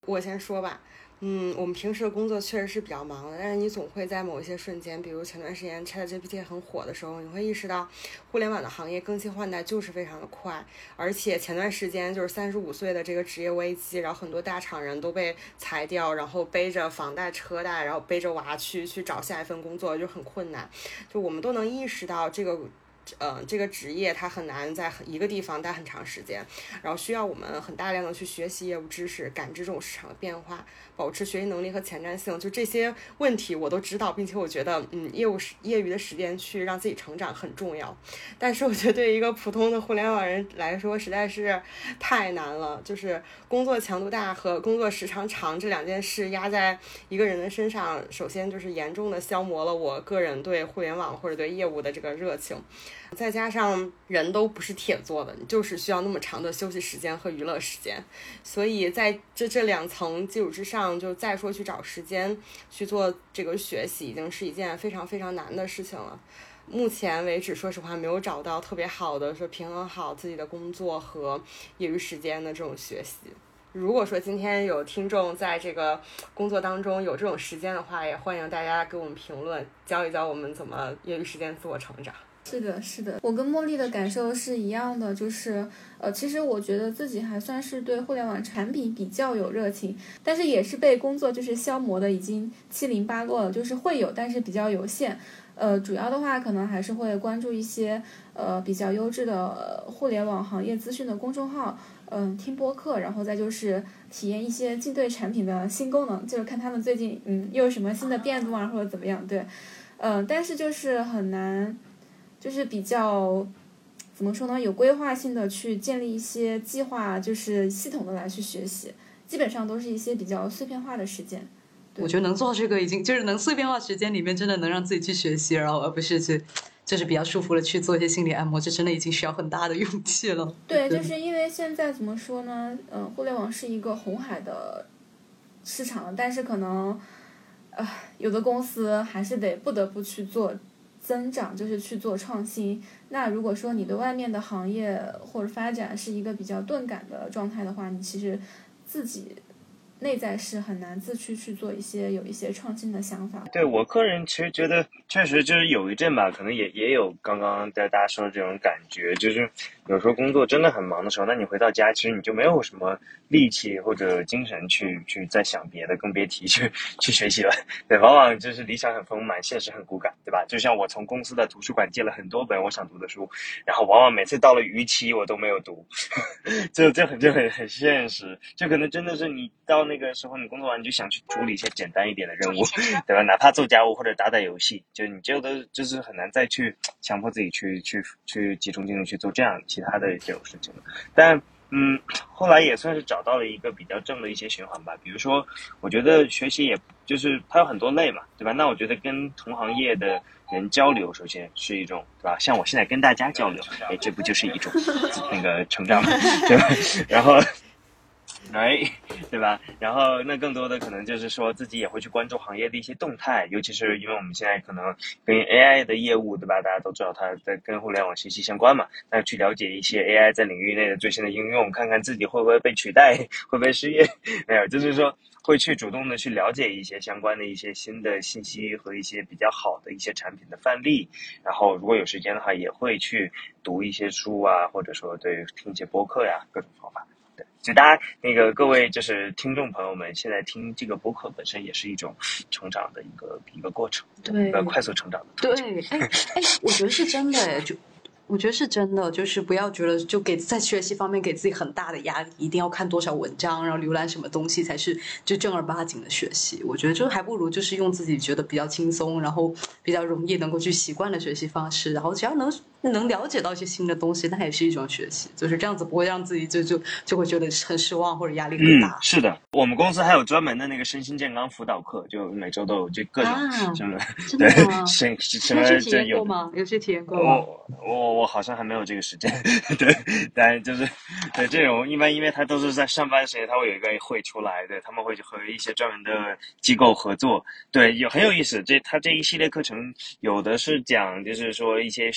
我先说吧。我们平时的工作确实是比较忙的，但是你总会在某一些瞬间，比如前段时间 ChatGPT 很火的时候，你会意识到互联网的行业更新换代就是非常的快，而且前段时间就是35岁的这个职业危机，然后很多大厂人都被裁掉，然后背着房贷车贷，然后背着娃去找下一份工作就很困难，就我们都能意识到这个职业它很难在一个地方待很长时间，然后需要我们很大量的去学习业务知识，感知这种市场的变化，保持学习能力和前瞻性，就这些问题我都知道，并且我觉得业余的时间去让自己成长很重要。但是我觉得对于一个普通的互联网人来说实在是太难了，就是工作强度大和工作时长长这两件事压在一个人的身上，首先就是严重的消磨了我个人对互联网或者对业务的这个热情，再加上人都不是铁做的，你就是需要那么长的休息时间和娱乐时间，所以在这两层基础之上，就再说去找时间去做这个学习，已经是一件非常非常难的事情了。目前为止，说实话没有找到特别好的说平衡好自己的工作和业余时间的这种学习。如果说今天有听众在这个工作当中有这种时间的话，也欢迎大家给我们评论，教一教我们怎么业余时间自我成长。 是的，是的，我跟茉莉的感受是一样的，就是其实我觉得自己还算是对互联网产品比较有热情，但是也是被工作就是消磨的已经七零八落了，就是会有，但是比较有限。主要的话可能还是会关注一些比较优质的互联网行业资讯的公众号，听播客，然后再就是体验一些竞对产品的新功能，就是看他们最近又有什么新的变动啊或者怎么样，对，但是就是很难。就是比较怎么说呢，有规划性的去建立一些计划，就是系统的来去学习，基本上都是一些比较碎片化的时间。 我觉得能做这个已经就是能碎片化时间里面真的能让自己去学习，然后而不是就是比较舒服的去做一些心理按摩，这真的已经需要很大的勇气了。 对，就是因为现在怎么说呢，互联网是一个红海的市场，但是可能有的公司还是不得不去做增长，就是去做创新。那如果说你对外面的行业或者发展是一个比较钝感的状态的话，你其实自己内在是很难自驱去做有一些创新的想法。 对，我个人其实觉得确实就是有一阵吧，可能也有刚刚大家说的这种感觉，就是有时候工作真的很忙的时候，那你回到家其实你就没有什么力气或者精神去再想别的，更别提去学习了。对，往往就是理想很丰满，现实很骨感，对吧？就像我从公司的图书馆借了很多本我想读的书，然后往往每次到了逾期我都没有读，就很现实。就可能真的是你到那个时候你工作完你就想去处理一些简单一点的任务，对吧？哪怕做家务或者打游戏，就你就是很难再去强迫自己去集中精力去做这样其他的这种事情了。但后来也算是找到了一个比较正的一些循环吧。比如说我觉得学习也就是它有很多类嘛，对吧？那我觉得跟同行业的人交流首先是一种，对吧？像我现在跟大家交流，这不就是一种那个成长嘛，对吧？然后对吧？然后那更多的可能就是说自己也会去关注行业的一些动态，尤其是因为我们现在可能跟 AI 的业务，对吧？大家都知道它在跟互联网息息相关嘛，那去了解一些 AI 在领域内的最新的应用，看看自己会不会被取代，会不会失业，没有，就是说会去主动的去了解一些相关的一些新的信息和一些比较好的一些产品的范例，然后如果有时间的话也会去读一些书啊，或者说对听一些播客呀，各种方法。对，就大家各位就是听众朋友们，现在听这个播客本身也是一种成长的一个过程， 对， 一个快速成长的途径。 对，我觉得是真的，我觉得是真的，就是不要觉得就在学习方面给自己很大的压力，一定要看多少文章，然后浏览什么东西才是就正儿八经的学习。我觉得就还不如就是用自己觉得比较轻松，然后比较容易能够去习惯的学习方式，然后只要能了解到一些新的东西，那也是一种学习。就是这样子，不会让自己就会觉得很失望或者压力很大。 是的，我们公司还有专门的那个身心健康辅导课，就每周都有这各种什么，对，什么有去体验过吗？有去体验过吗？ 我好像还没有这个时间，对，但就是对这种一般，因为他都是在上班时间，他会有一个会出来，对，他们会和一些专门的机构合作，对，很有意思。他这一系列课程有的是讲，就是说一些就是比如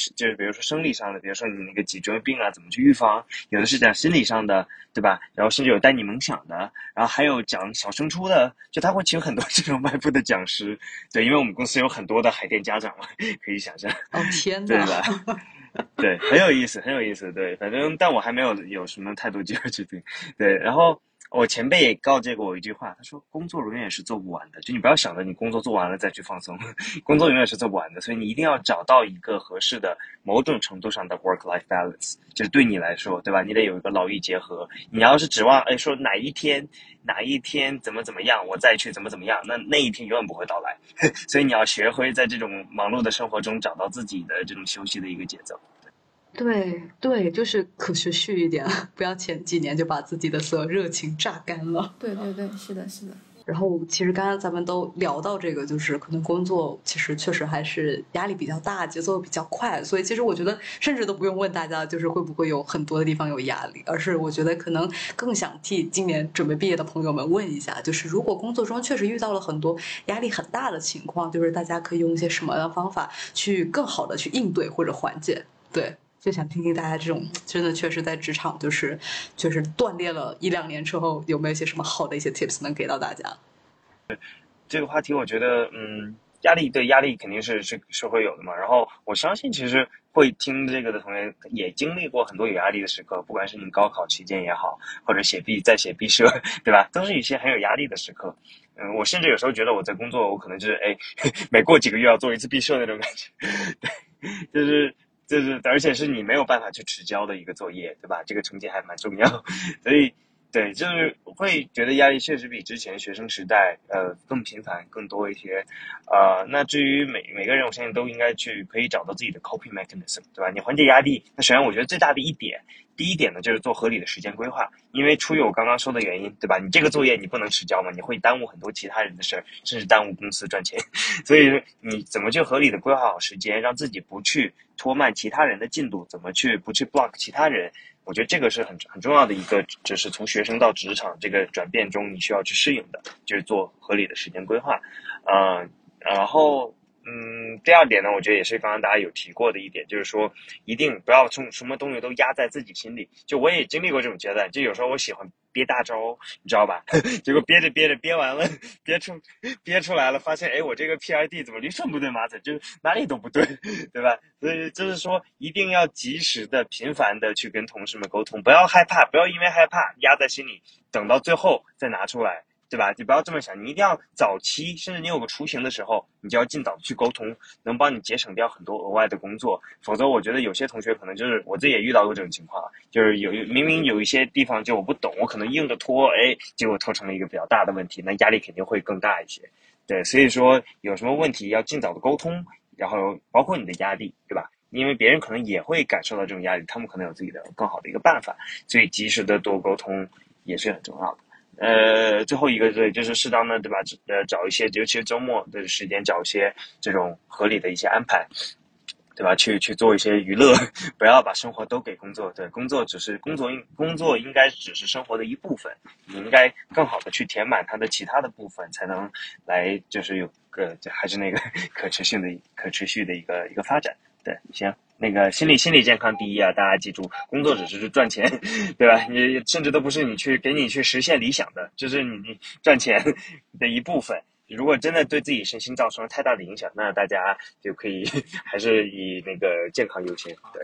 如说生理上的，比如说你那个脊椎病啊怎么去预防，有的是讲心理上的，对吧？然后甚至有带你冥想的，然后还有讲小升初的，就他会请很多这种外部的讲师。对，因为我们公司有很多的海淀家长嘛，可以想象。 哦天哪， 对吧？对，很有意思，很有意思。对，反正但我还没有什么太多机会去听。对，然后我前辈也告诫过我一句话，他说工作永远是做不完的，就你不要想着你工作做完了再去放松，工作永远是做不完的，所以你一定要找到一个合适的某种程度上的 work-life balance， 就是对你来说，对吧？你得有一个劳逸结合。你要是指望说哪一天怎么样，我再去怎么样，那一天永远不会到来。所以你要学会在这种忙碌的生活中找到自己的这种休息的一个节奏。 对对，就是可持续一点，不要前几年就把自己的所有热情榨干了。 对对对，是的，是的。 然后其实刚刚咱们都聊到这个，就是可能工作其实确实还是压力比较大，节奏比较快，所以其实我觉得甚至都不用问大家就是会不会有很多的地方有压力，而是我觉得可能更想替今年准备毕业的朋友们问一下，就是如果工作中确实遇到了很多压力很大的情况，就是大家可以用一些什么样的方法去更好的去应对或者缓解。对，就想听听大家这种真的确实在职场就是锻炼了1-2年之后，有没有一些什么好的一些 tips 能给到大家？ 这个话题我觉得压力肯定是会有的嘛。然后我相信其实会听这个的同学也经历过很多有压力的时刻，不管是你高考期间也好，或者写毕设，对吧？都是一些很有压力的时刻。我甚至有时候觉得我在工作，我可能就是每过几个月要做一次毕设那种感觉。对，就是而且是你没有办法去迟交的一个作业，对吧？这个成绩还蛮重要，所以对，就是会觉得压力确实比之前学生时代更频繁更多一些。那至于每个人，我相信都应该可以找到自己的 coping mechanism， 对吧？你缓解压力，那首先我觉得最大的第一点呢，就是做合理的时间规划。因为出于我刚刚说的原因，对吧？你这个作业你不能迟交嘛，你会耽误很多其他人的事儿，甚至耽误公司赚钱。所以你怎么去合理的规划好时间，让自己不去拖慢其他人的进度，怎么不去 block 其他人，我觉得这个是很重要的一个，就是从学生到职场这个转变中你需要去适应的，就是做合理的时间规划。然后第二点呢，我觉得也是刚刚大家有提过的一点，就是说一定不要什么东西都压在自己心里。就我也经历过这种阶段，就有时候我喜欢憋大招，你知道吧？结果憋着憋完了，憋出来了，发现我这个 PRD 怎么驴顺不对马嘴，就是哪里都不对，对吧？所以就是说一定要及时的频繁的去跟同事们沟通，不要害怕，不要因为害怕压在心里，等到最后再拿出来，对吧？你不要这么想，你一定要早期，甚至你有个雏形的时候，你就要尽早的去沟通，能帮你节省掉很多额外的工作。否则我觉得有些同学可能就是我自己也遇到过这种情况，就是明明有一些地方就我不懂，我可能硬着拖，结果拖成了一个比较大的问题，那压力肯定会更大一些。对，所以说有什么问题要尽早的沟通，然后包括你的压力，对吧？因为别人可能也会感受到这种压力，他们可能有自己的更好的一个办法，所以及时的多沟通也是很重要的。最后一个对，就是适当的，对吧？找一些，尤其是周末的时间，找一些这种合理的一些安排，对吧？去做一些娱乐，不要把生活都给工作。对，工作应该只是生活的一部分，你应该更好的去填满它的其他的部分，才能来就是有个还是那个可持续的一个发展。对，行。那个心理健康第一啊，大家记住，工作只是赚钱，对吧？你甚至都不是给你去实现理想的，就是你赚钱的一部分。如果真的对自己身心造成了太大的影响，那大家就可以还是以那个健康优先。对。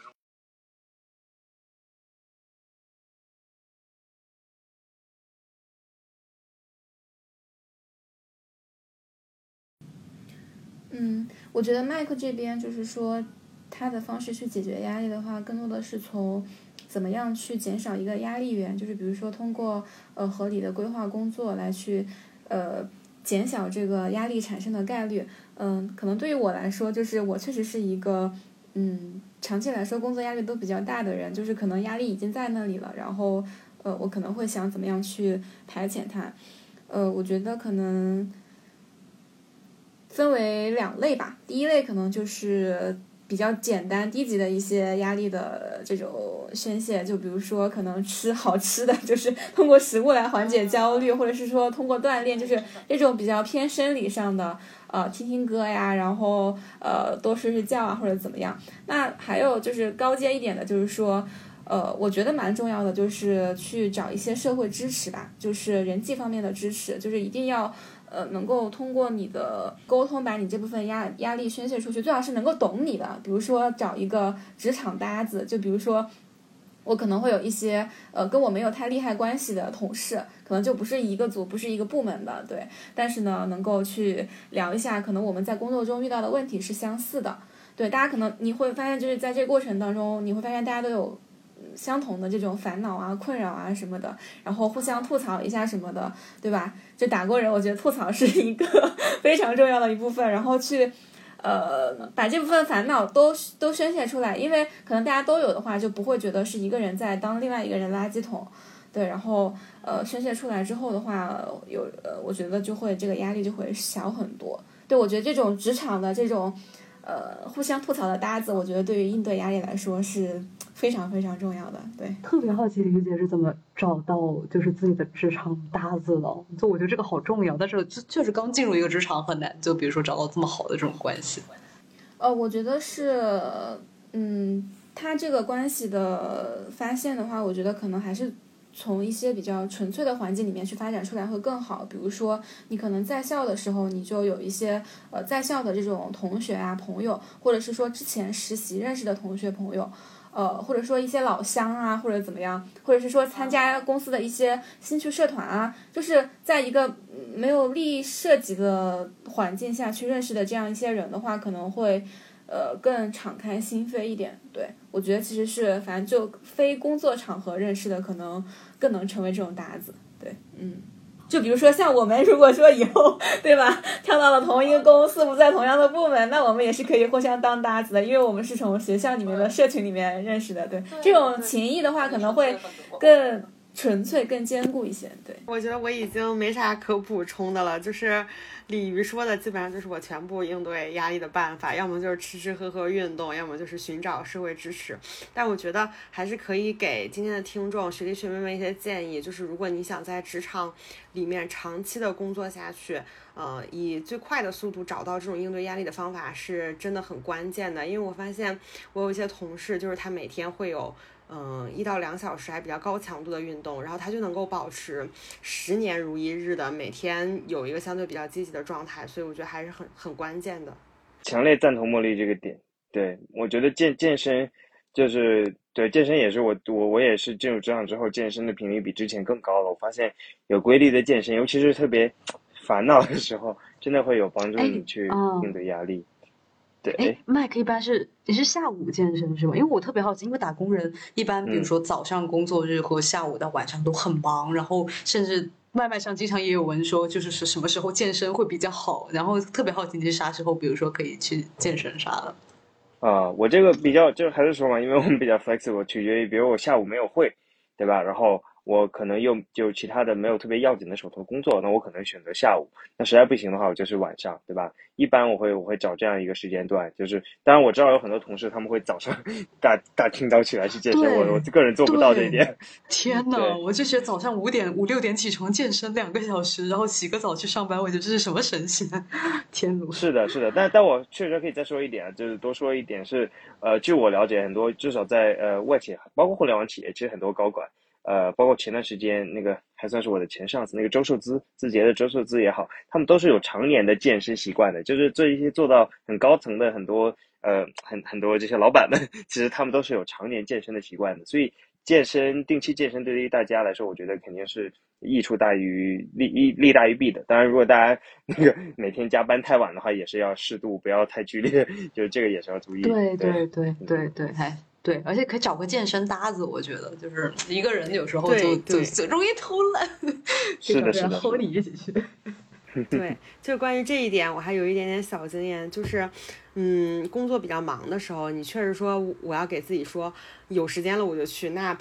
我觉得麦克这边就是说，他的方式去解决压力的话，更多的是从怎么样去减少一个压力源，就是比如说通过合理的规划工作来去减小这个压力产生的概率。可能对于我来说，就是我确实是一个长期来说工作压力都比较大的人，就是可能压力已经在那里了，然后我可能会想怎么样去排遣它。我觉得可能分为2类吧。第一类可能就是比较简单低级的一些压力的这种宣泄，就比如说可能吃好吃的，就是通过食物来缓解焦虑，或者是说通过锻炼，就是这种比较偏生理上的听听歌呀，然后多睡睡觉啊，或者怎么样。那还有就是高阶一点的，就是说我觉得蛮重要的，就是去找一些社会支持吧，就是人际方面的支持，就是一定要能够通过你的沟通把你这部分压力宣泄出去，最好是能够懂你的，比如说找一个职场搭子，就比如说我可能会有一些跟我没有太利害关系的同事，可能就不是一个组不是一个部门的，对，但是呢能够去聊一下，可能我们在工作中遇到的问题是相似的，对，大家可能你会发现就是在这个过程当中你会发现大家都有相同的这种烦恼啊困扰啊什么的，然后互相吐槽一下什么的，对吧？就打工人我觉得吐槽是一个非常重要的一部分，然后去把这部分烦恼都宣泄出来，因为可能大家都有的话就不会觉得是一个人在当另外一个人垃圾桶，对，然后宣泄出来之后的话我觉得就会这个压力就会小很多。对，我觉得这种职场的这种互相吐槽的搭子，我觉得对于应对压力来说是非常非常重要的。对， 特别好奇李姐是怎么找到就是自己的职场搭子的，就我觉得这个好重要，但是确实刚进入一个职场很难，就比如说找到这么好的这种关系。 我觉得是他这个关系的发现的话，我觉得可能还是从一些比较纯粹的环境里面去发展出来会更好。比如说你可能在校的时候你就有一些在校的这种同学啊朋友，或者是说之前实习认识的同学朋友，或者说一些老乡啊，或者怎么样，或者是说参加公司的一些兴趣社团啊，就是在一个没有利益涉及的环境下去认识的这样一些人的话，可能会更敞开心扉一点。对，我觉得其实是反正就非工作场合认识的可能更能成为这种搭子。对，就比如说像我们如果说以后对吧跳到了同一个公司不在同样的部门，那我们也是可以互相当搭子的，因为我们是从学校里面的社群里面认识的。对，这种情谊的话可能会更纯粹更坚固一些。对， 我觉得我已经没啥可补充的了，就是鲤鱼说的基本上就是我全部应对压力的办法，要么就是吃吃喝喝运动，要么就是寻找社会支持。但我觉得还是可以给今天的听众学弟学妹们一些建议，就是如果你想在职场里面长期的工作下去，以最快的速度找到这种应对压力的方法是真的很关键的。因为我发现我有一些同事，就是他每天会有1到2小时还比较高强度的运动，然后他就能够保持10年如一日的每天有一个相对比较积极的状态，所以我觉得还是很关键的。 强烈赞同茉莉这个点。对，我觉得健身就是对健身也是我也是进入职场之后健身的频率比之前更高了。我发现有规律的健身，尤其是特别烦恼的时候，真的会有帮助你去应对压力。对 ，Mike 一般你是下午健身是吗？因为我特别好奇，因为打工人一般比如说早上工作日和下午到晚上都很忙，然后甚至外卖上经常也有人说就是什么时候健身会比较好，然后特别好奇你是啥时候比如说可以去健身啥的。 我这个比较就还是说嘛，因为我们比较 flexible， 取决于比如我下午没有会，对吧？然后我可能又就其他的没有特别要紧的手头工作，那我可能选择下午。那实在不行的话，我就是晚上，对吧？一般我会找这样一个时间段，就是当然我知道有很多同事他们会早上大清早起来去健身，我个人做不到这一点。 天哪，我就觉得早上5、6点起床健身2个小时，然后洗个澡去上班，我觉得这是什么神仙？天哪！ 是的，但我确实可以再说一点，就是多说一点是，据我了解，很多至少在外企，包括互联网企业，其实很多高管。包括前段时间那个还算是我的前上司，那个周受资字节的周受资也好，他们都是有常年的健身习惯的，就是这一些做到很高层的很多很多这些老板们，其实他们都是有常年健身的习惯的，所以定期健身对于大家来说，我觉得肯定是益处大于利大于弊的。当然，如果大家那个每天加班太晚的话，也是要适度，不要太剧烈，就是这个也是要注意。 对，对，而且可以找个健身搭子，我觉得就是一个人有时候就容易偷懒， 是的薅你一起去。 对，就关于这一点，我还有一点点小经验，就是工作比较忙的时候，你确实说我要给自己说有时间了我就去，那怕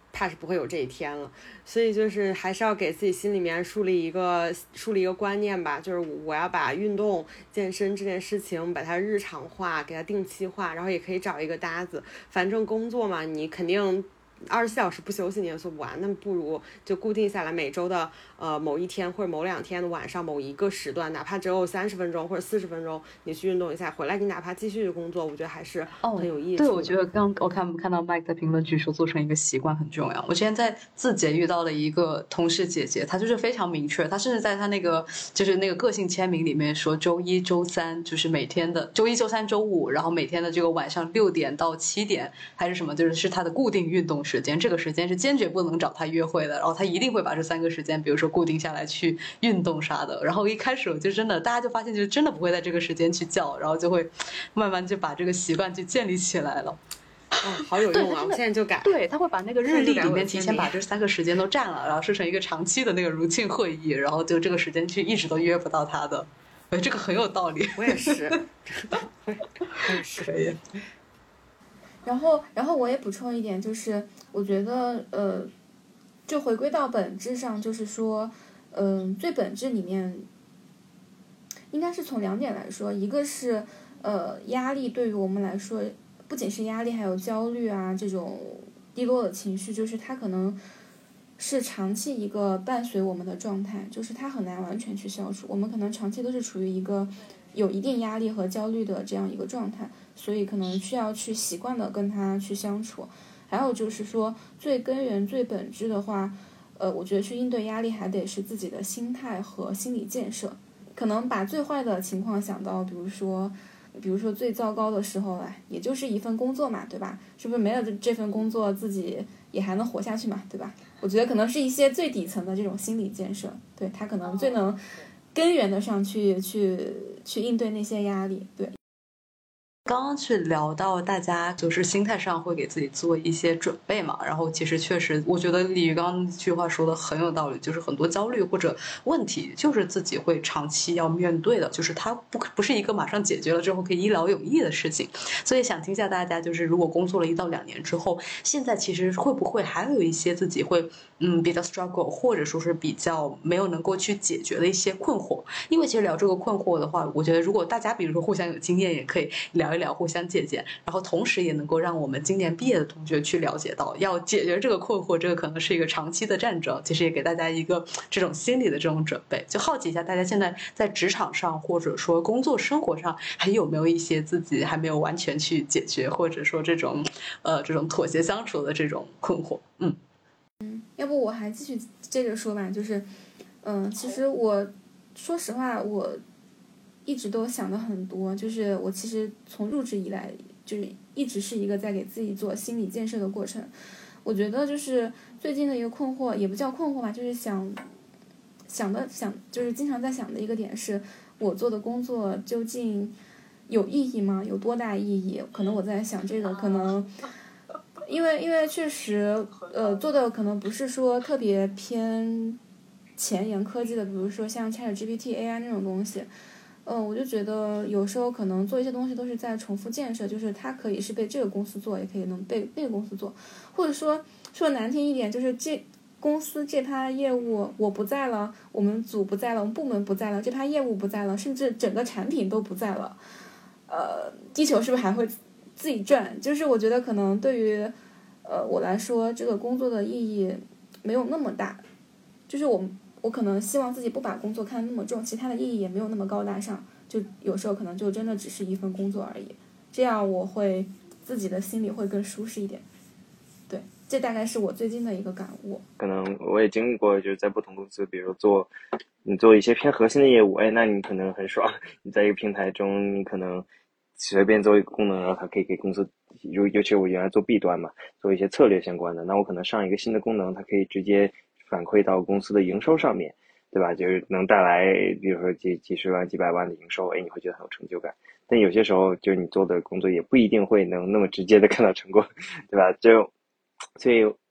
怕是不会有这一天了。所以就是还是要给自己心里面树立一个观念吧，就是我要把运动健身这件事情把它日常化，给它定期化，然后也可以找一个搭子，反正工作嘛，你肯定24小时不休息你也做不完，那不如就固定下来每周的某一天或者某2天的晚上某一个时段，哪怕只有30分钟或者40分钟，你去运动一下，回来你哪怕继续工作，我觉得还是很有意思的。 对，我觉得刚我看到 Mike 在评论区说做成一个习惯很重要。我之前在字节遇到了一个同事姐姐，她就是非常明确，她甚至在她那个就是那个个性签名里面说周一周三就是每天的周一周三周五，然后每天的这个晚上6点到7点还是什么，就是她的固定运动时间，这个时间是坚决不能找她约会的，然后她一定会把这3个时间比如说固定下来去运动啥的。然后一开始我就真的大家就发现就是真的不会在这个时间去叫，然后就会慢慢就把这个习惯就建立起来了。 好有用啊！我现在就改。 对，他会把那个日历里面提前把这3个时间都占了，然后设成一个长期的那个routine会议，然后就这个时间去一直都约不到他的。这个很有道理。 我也是。我也是可以。 然后我也补充一点，就是我觉得就回归到本质上，就是说最本质里面应该是从2点来说，一个是压力对于我们来说不仅是压力，还有焦虑啊这种低落的情绪，就是它可能是长期一个伴随我们的状态，就是它很难完全去消除，我们可能长期都是处于一个有一定压力和焦虑的这样一个状态，所以可能需要去习惯的跟它去相处。还有就是说最根源最本质的话，我觉得去应对压力还得是自己的心态和心理建设。可能把最坏的情况想到，比如说最糟糕的时候，也就是一份工作嘛，对吧？是不是没了这份工作，自己也还能活下去嘛，对吧？我觉得可能是一些最底层的这种心理建设，对，它可能最能根源的上去应对那些压力，对。 刚刚去聊到大家就是心态上会给自己做一些准备嘛，然后其实确实我觉得李宇刚刚那句话说的很有道理，就是很多焦虑或者问题就是自己会长期要面对的，就是它不是一个马上解决了之后可以一劳永逸的事情。所以想听一下大家，就是如果工作了1到2年之后，现在其实会不会还有一些自己会比较 struggle 或者说是比较没有能够去解决的一些困惑。因为其实聊这个困惑的话，我觉得如果大家比如说互相有经验，也可以聊一聊，互相借鉴，然后同时也能够让我们今年毕业的同学去了解到，要解决这个困惑，这个可能是一个长期的战争，其实也给大家一个这种心理的这种准备。就好奇一下大家现在在职场上或者说工作生活上还有没有一些自己还没有完全去解决，或者说这种妥协相处的这种困惑。 要不我还继续接着说吧，就是其实我说实话，我一直都想的很多，就是我其实从入职以来就是一直是一个在给自己做心理建设的过程。我觉得就是最近的一个困惑，也不叫困惑吧，就是想就是经常在想的一个点是，我做的工作究竟有意义吗？有多大意义？可能我在想这个，可能因为确实做的可能不是说特别偏前沿科技的，比如说像 ChatGPT、AI 那种东西。我就觉得有时候可能做一些东西都是在重复建设，就是它可以是被这个公司做，也可以能被那个公司做，或者说难听一点，就是这公司这趴业务我不在了，我们组不在了，我们部门不在了，这趴业务不在了，甚至整个产品都不在了，地球是不是还会自己转？就是我觉得可能对于我来说，这个工作的意义没有那么大，就是我可能希望自己不把工作看得那么重，其他的意义也没有那么高大上，就有时候可能就真的只是一份工作而已，这样我会自己的心里会更舒适一点。对，这大概是我最近的一个感悟。 可能我也经历过，就是在不同公司，比如你做一些偏核心的业务，那你可能很爽，你在一个平台中，你可能随便做一个功能，然后它可以给公司，尤其我原来做 B 端嘛，做一些策略相关的，那我可能上一个新的功能，它可以直接反馈到公司的营收上面，对吧？就是能带来比如说几十万几百万的营收，你会觉得很有成就感。但有些时候就是你做的工作也不一定会能那么直接的看到成果，对吧？所以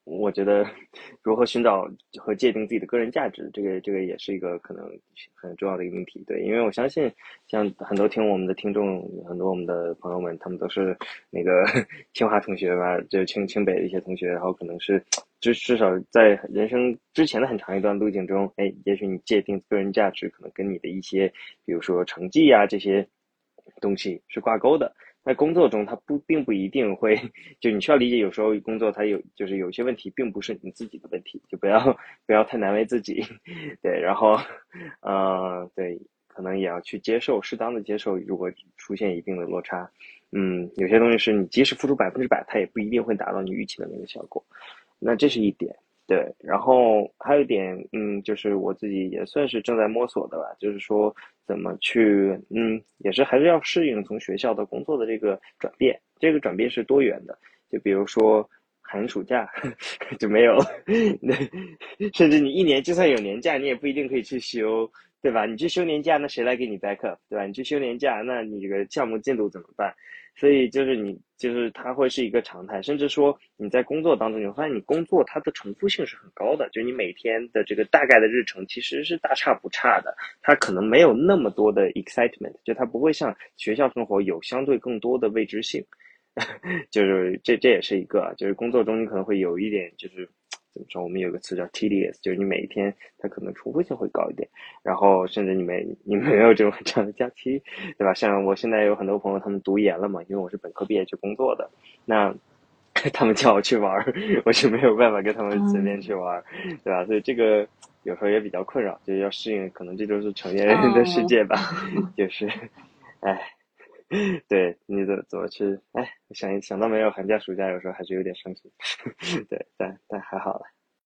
我觉得如何寻找和界定自己的个人价值，这个也是一个可能很重要的一个命题。对，因为我相信像很多听我们的听众，很多我们的朋友们，他们都是那个清华同学吧，就清北的一些同学，然后可能是至少在人生之前的很长一段路径中，哎，也许你界定个人价值可能跟你的一些比如说成绩啊这些东西是挂钩的。在工作中，它并不一定会，就你需要理解，有时候工作它就是有些问题并不是你自己的问题，就不要太难为自己，对，然后，对，可能也要去接受，适当的接受，如果出现一定的落差，有些东西是你即使付出100%，它也不一定会达到你预期的那个效果，那这是一点。对，然后还有一点，就是我自己也算是正在摸索的吧，就是说怎么去，也是还是要适应从学校到工作的这个转变，这个转变是多元的，就比如说寒暑假就没有，甚至你一年就算有年假，你也不一定可以去休，对吧？你去休年假，那谁来给你 back up，对吧？你去休年假，那你这个项目进度怎么办？所以就是它会是一个常态，甚至说你在工作当中，你会发现你工作它的重复性是很高的，就是你每天的这个大概的日程其实是大差不差的，它可能没有那么多的 excitement， 就它不会像学校生活有相对更多的未知性，就是这也是一个，就是工作中你可能会有一点就是怎么说，我们有个词叫 tedious， 就是你每一天它可能重复性会高一点，然后甚至你没有这种很长的假期，对吧？像我现在有很多朋友他们读研了嘛，因为我是本科毕业去工作的，那他们叫我去玩，我是没有办法跟他们随便去玩，对吧？所以这个有时候也比较困扰，就是要适应，可能这就是成年人的世界吧，就是哎，对，你怎么去？哎，想到没有寒假暑假，有时候还是有点伤心。对，但还好了。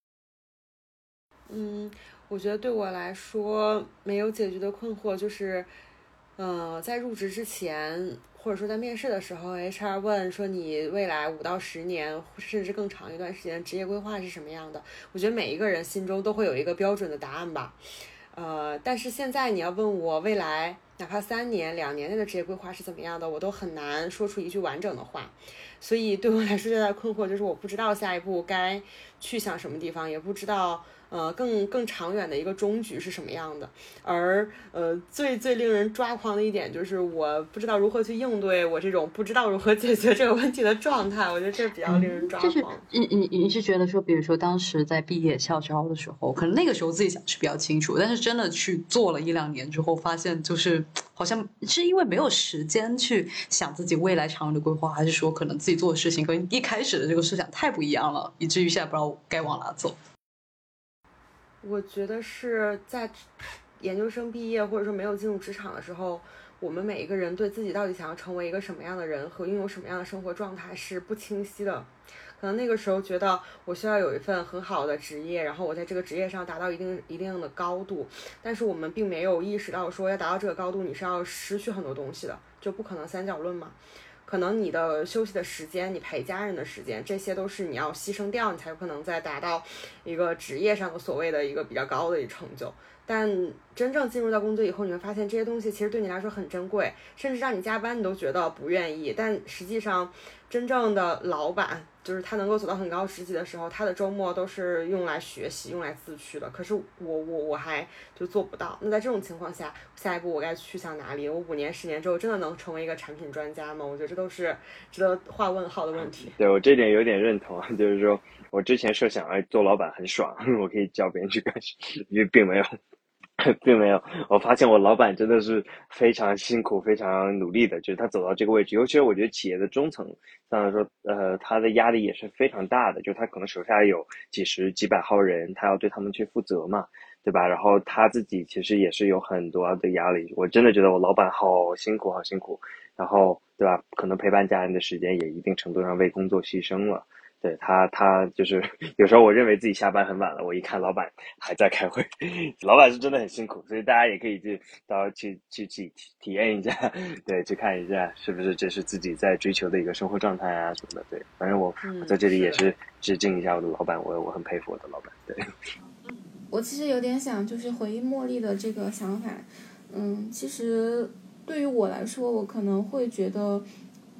我觉得对我来说没有解决的困惑就是，在入职之前，或者说在面试的时候，HR 问说你未来5到10年，甚至更长一段时间职业规划是什么样的？我觉得每一个人心中都会有一个标准的答案吧。但是现在你要问我未来哪怕3年、2年内的职业规划是怎么样的，我都很难说出一句完整的话。所以对我来说最大的困惑就是我不知道下一步该去向什么地方，也不知道更长远的一个终局是什么样的。而最令人抓狂的一点就是我不知道如何去应对我这种不知道如何解决这个问题的状态，我觉得这比较令人抓狂。 就是你是觉得说，比如说当时在毕业校招的时候，可能那个时候自己想是比较清楚，但是真的去做了1-2年之后，发现就是好像是因为没有时间去想自己未来长远的规划，还是说可能自己做的事情跟一开始的这个设想太不一样了，以至于现在不知道该往哪走。 我觉得是在研究生毕业或者说没有进入职场的时候，我们每一个人对自己到底想要成为一个什么样的人和拥有什么样的生活状态是不清晰的。可能那个时候觉得我需要有一份很好的职业，然后我在这个职业上达到一定的高度，但是我们并没有意识到说要达到这个高度你是要失去很多东西的，就不可能三角论嘛。可能你的休息的时间，你陪家人的时间，这些都是你要牺牲掉，你才有可能再达到一个职业上的所谓的一个比较高的一个成就。但真正进入到工作以后，你会发现这些东西其实对你来说很珍贵，甚至让你加班你都觉得不愿意。但实际上，真正的老板就是他能够走到很高职级的时候，他的周末都是用来学习、用来自驱的。可是我还就做不到。那在这种情况下，下一步我该去向哪里？我5年、10年之后真的能成为一个产品专家吗？我觉得这都是值得画问号的问题。 对，我这点有点认同，就是说我之前设想，做老板很爽，我可以叫别人去干事，因为并没有。并没有，我发现我老板真的是非常辛苦、非常努力的，就是他走到这个位置，尤其是我觉得企业的中层，当然说，他的压力也是非常大的，就他可能手下有几十几百号人，他要对他们去负责嘛，对吧？然后他自己其实也是有很多的压力，我真的觉得我老板好辛苦，好辛苦，然后对吧？可能陪伴家人的时间也一定程度上为工作牺牲了。对他就是有时候我认为自己下班很晚了，我一看老板还在开会，老板是真的很辛苦，所以大家也可以到时候去体验一下，对，去看一下是不是这是自己在追求的一个生活状态啊什么的。对，反正我在这里也是致敬一下我的老板，我很佩服我的老板。对， 我其实有点想就是回应茉莉的这个想法，其实对于我来说，我可能会觉得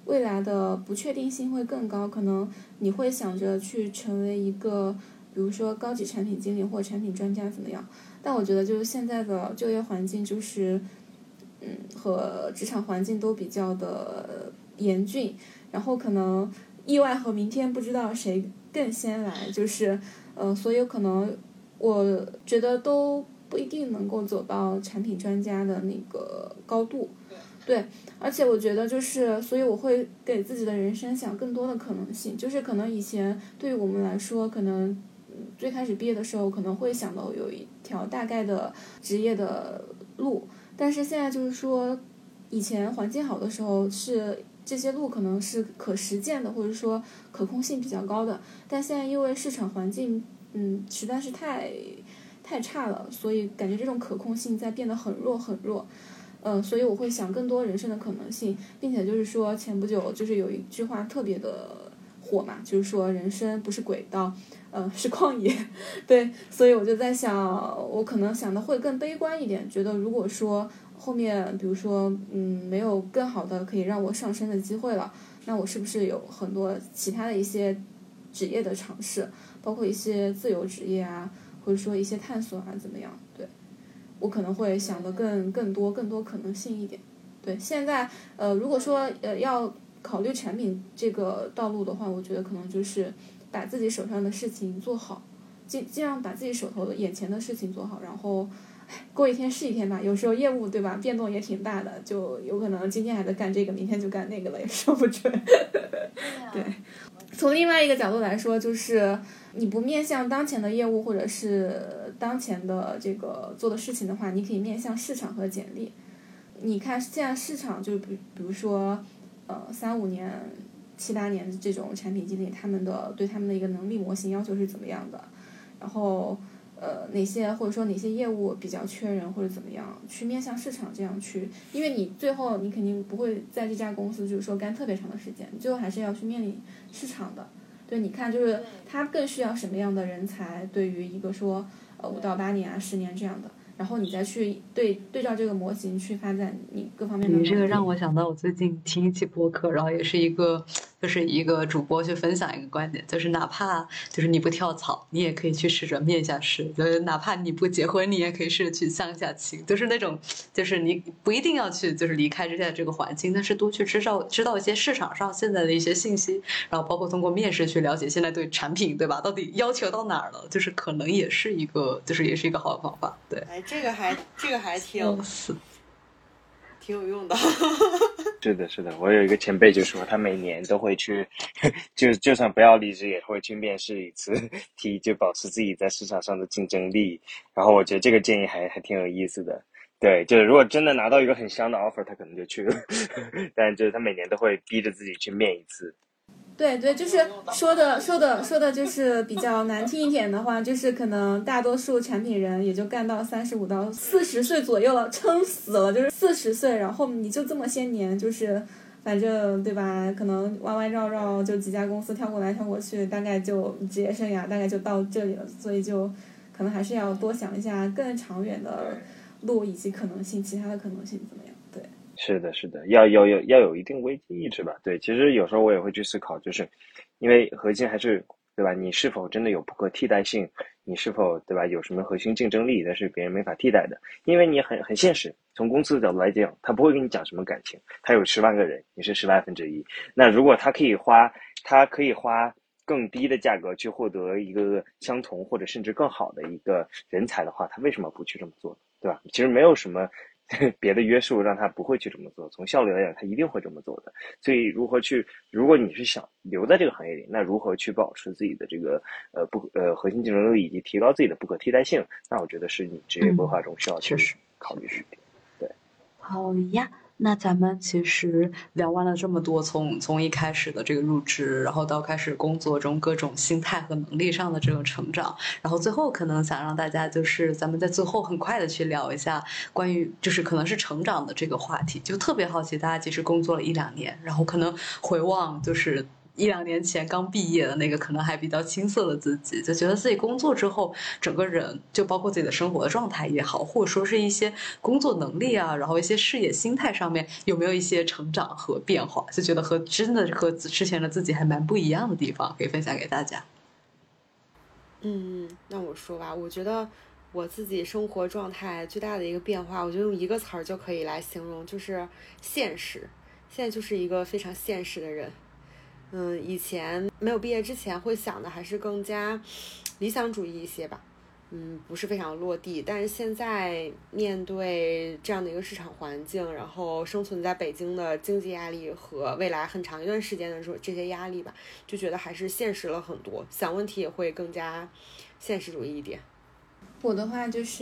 未来的不确定性会更高，可能你会想着去成为一个比如说高级产品经理或产品专家怎么样，但我觉得就是现在的就业环境就是和职场环境都比较的严峻，然后可能意外和明天不知道谁更先来，就是所以可能我觉得都不一定能够走到产品专家的那个高度。对，而且我觉得就是，所以我会给自己的人生想更多的可能性。就是可能以前对于我们来说，可能最开始毕业的时候可能会想到有一条大概的职业的路，但是现在就是说，以前环境好的时候是这些路可能是可实践的，或者说可控性比较高的，但现在因为市场环境实在是太差了，所以感觉这种可控性在变得很弱很弱。所以我会想更多人生的可能性，并且就是说前不久就是有一句话特别的火嘛，就是说人生不是轨道，是旷野。对，所以我就在想，我可能想的会更悲观一点，觉得如果说后面比如说没有更好的可以让我上升的机会了，那我是不是有很多其他的一些职业的尝试，包括一些自由职业啊，或者说一些探索啊怎么样？对。我可能会想的更多可能性一点。对，现在如果说要考虑产品这个道路的话，我觉得可能就是把自己手上的事情做好，尽量把自己手头的眼前的事情做好，然后过一天是一天吧。有时候业务对吧，变动也挺大的，就有可能今天还在干这个，明天就干那个了，也说不准。对，从另外一个角度来说，就是你不面向当前的业务或者是当前的这个做的事情的话，你可以面向市场和简历。你看现在市场就比如说3-5年7-8年这种产品经理，对他们的一个能力模型要求是怎么样的，然后哪些或者说哪些业务比较缺人或者怎么样，去面向市场这样去，因为你最后你肯定不会在这家公司就是说干特别长的时间，你最后还是要去面临市场的。对，你看就是他更需要什么样的人才，对于一个说5到8年啊10年这样的，然后你再去对照这个模型去发展你各方面的能力。 这个让我想到我最近听一期播客，然后也是一个主播去分享一个观点，就是哪怕就是你不跳槽，你也可以去试着面一下试，就是哪怕你不结婚，你也可以试着去相一下亲，就是那种就是你不一定要去就是离开这个环境，但是多去知道一些市场上现在的一些信息，然后包括通过面试去了解现在对产品对吧到底要求到哪儿了，就是可能也是一个好的方法。对， 哎，这个还挺有用的。 是的，我有一个前辈就说他每年都会去就算不要离职也会去面试一次，就保持自己在市场上的竞争力。然后我觉得这个建议还挺有意思的。对，就是如果真的拿到一个很香的 offer 他可能就去了，但就是他每年都会逼着自己去面一次。 对，就是说的就是比较难听一点的话，就是可能大多数产品人也就干到35到40岁左右了，撑死了就是40岁，然后你就这么些年，就是反正对吧，可能弯弯绕绕就几家公司跳过来跳过去，大概就职业生涯大概就到这里了，所以就可能还是要多想一下更长远的路以及可能性，其他的可能性怎么样。对， 是的，要有一定危机意识吧。对，其实有时候我也会去思考，就是因为核心还是对吧？你是否真的有不可替代性？你是否对吧有什么核心竞争力，但是别人没法替代的？因为你很现实，从公司的角度来讲，他不会跟你讲什么感情，他有10万个人，你是10万分之一。那如果他可以花更低的价格去获得一个相同或者甚至更好的一个人才的话，他为什么不去这么做，对吧？其实没有什么别的约束让他不会去这么做，从效率来讲他一定会这么做的。所以如果你是想留在这个行业里，那如何去保持自己的这个核心竞争力以及提高自己的不可替代性，那我觉得是你职业规划中需要去考虑的一点。对， 好呀，那咱们其实聊完了这么多，从一开始的这个入职，然后到开始工作中各种心态和能力上的这个成长，然后最后可能想让大家就是咱们在最后很快的去聊一下关于就是可能是成长的这个话题，就特别好奇大家其实工作了1-2年，然后可能回望就是 1-2年前刚毕业的那个可能还比较青涩的自己，就觉得自己工作之后整个人就包括自己的生活的状态也好，或者说是一些工作能力啊，然后一些事业心态上面有没有一些成长和变化，就觉得真的和之前的自己还蛮不一样的地方，可以分享给大家。 那我说吧，我觉得我自己生活状态最大的一个变化，我就用一个词儿就可以来形容，就是现实。现在就是一个非常现实的人。以前没有毕业之前会想的还是更加理想主义一些吧，不是非常落地。但是现在面对这样的一个市场环境，然后生存在北京的经济压力和未来很长一段时间的这些压力吧，就觉得还是现实了很多，想问题也会更加现实主义一点。 我的话就是，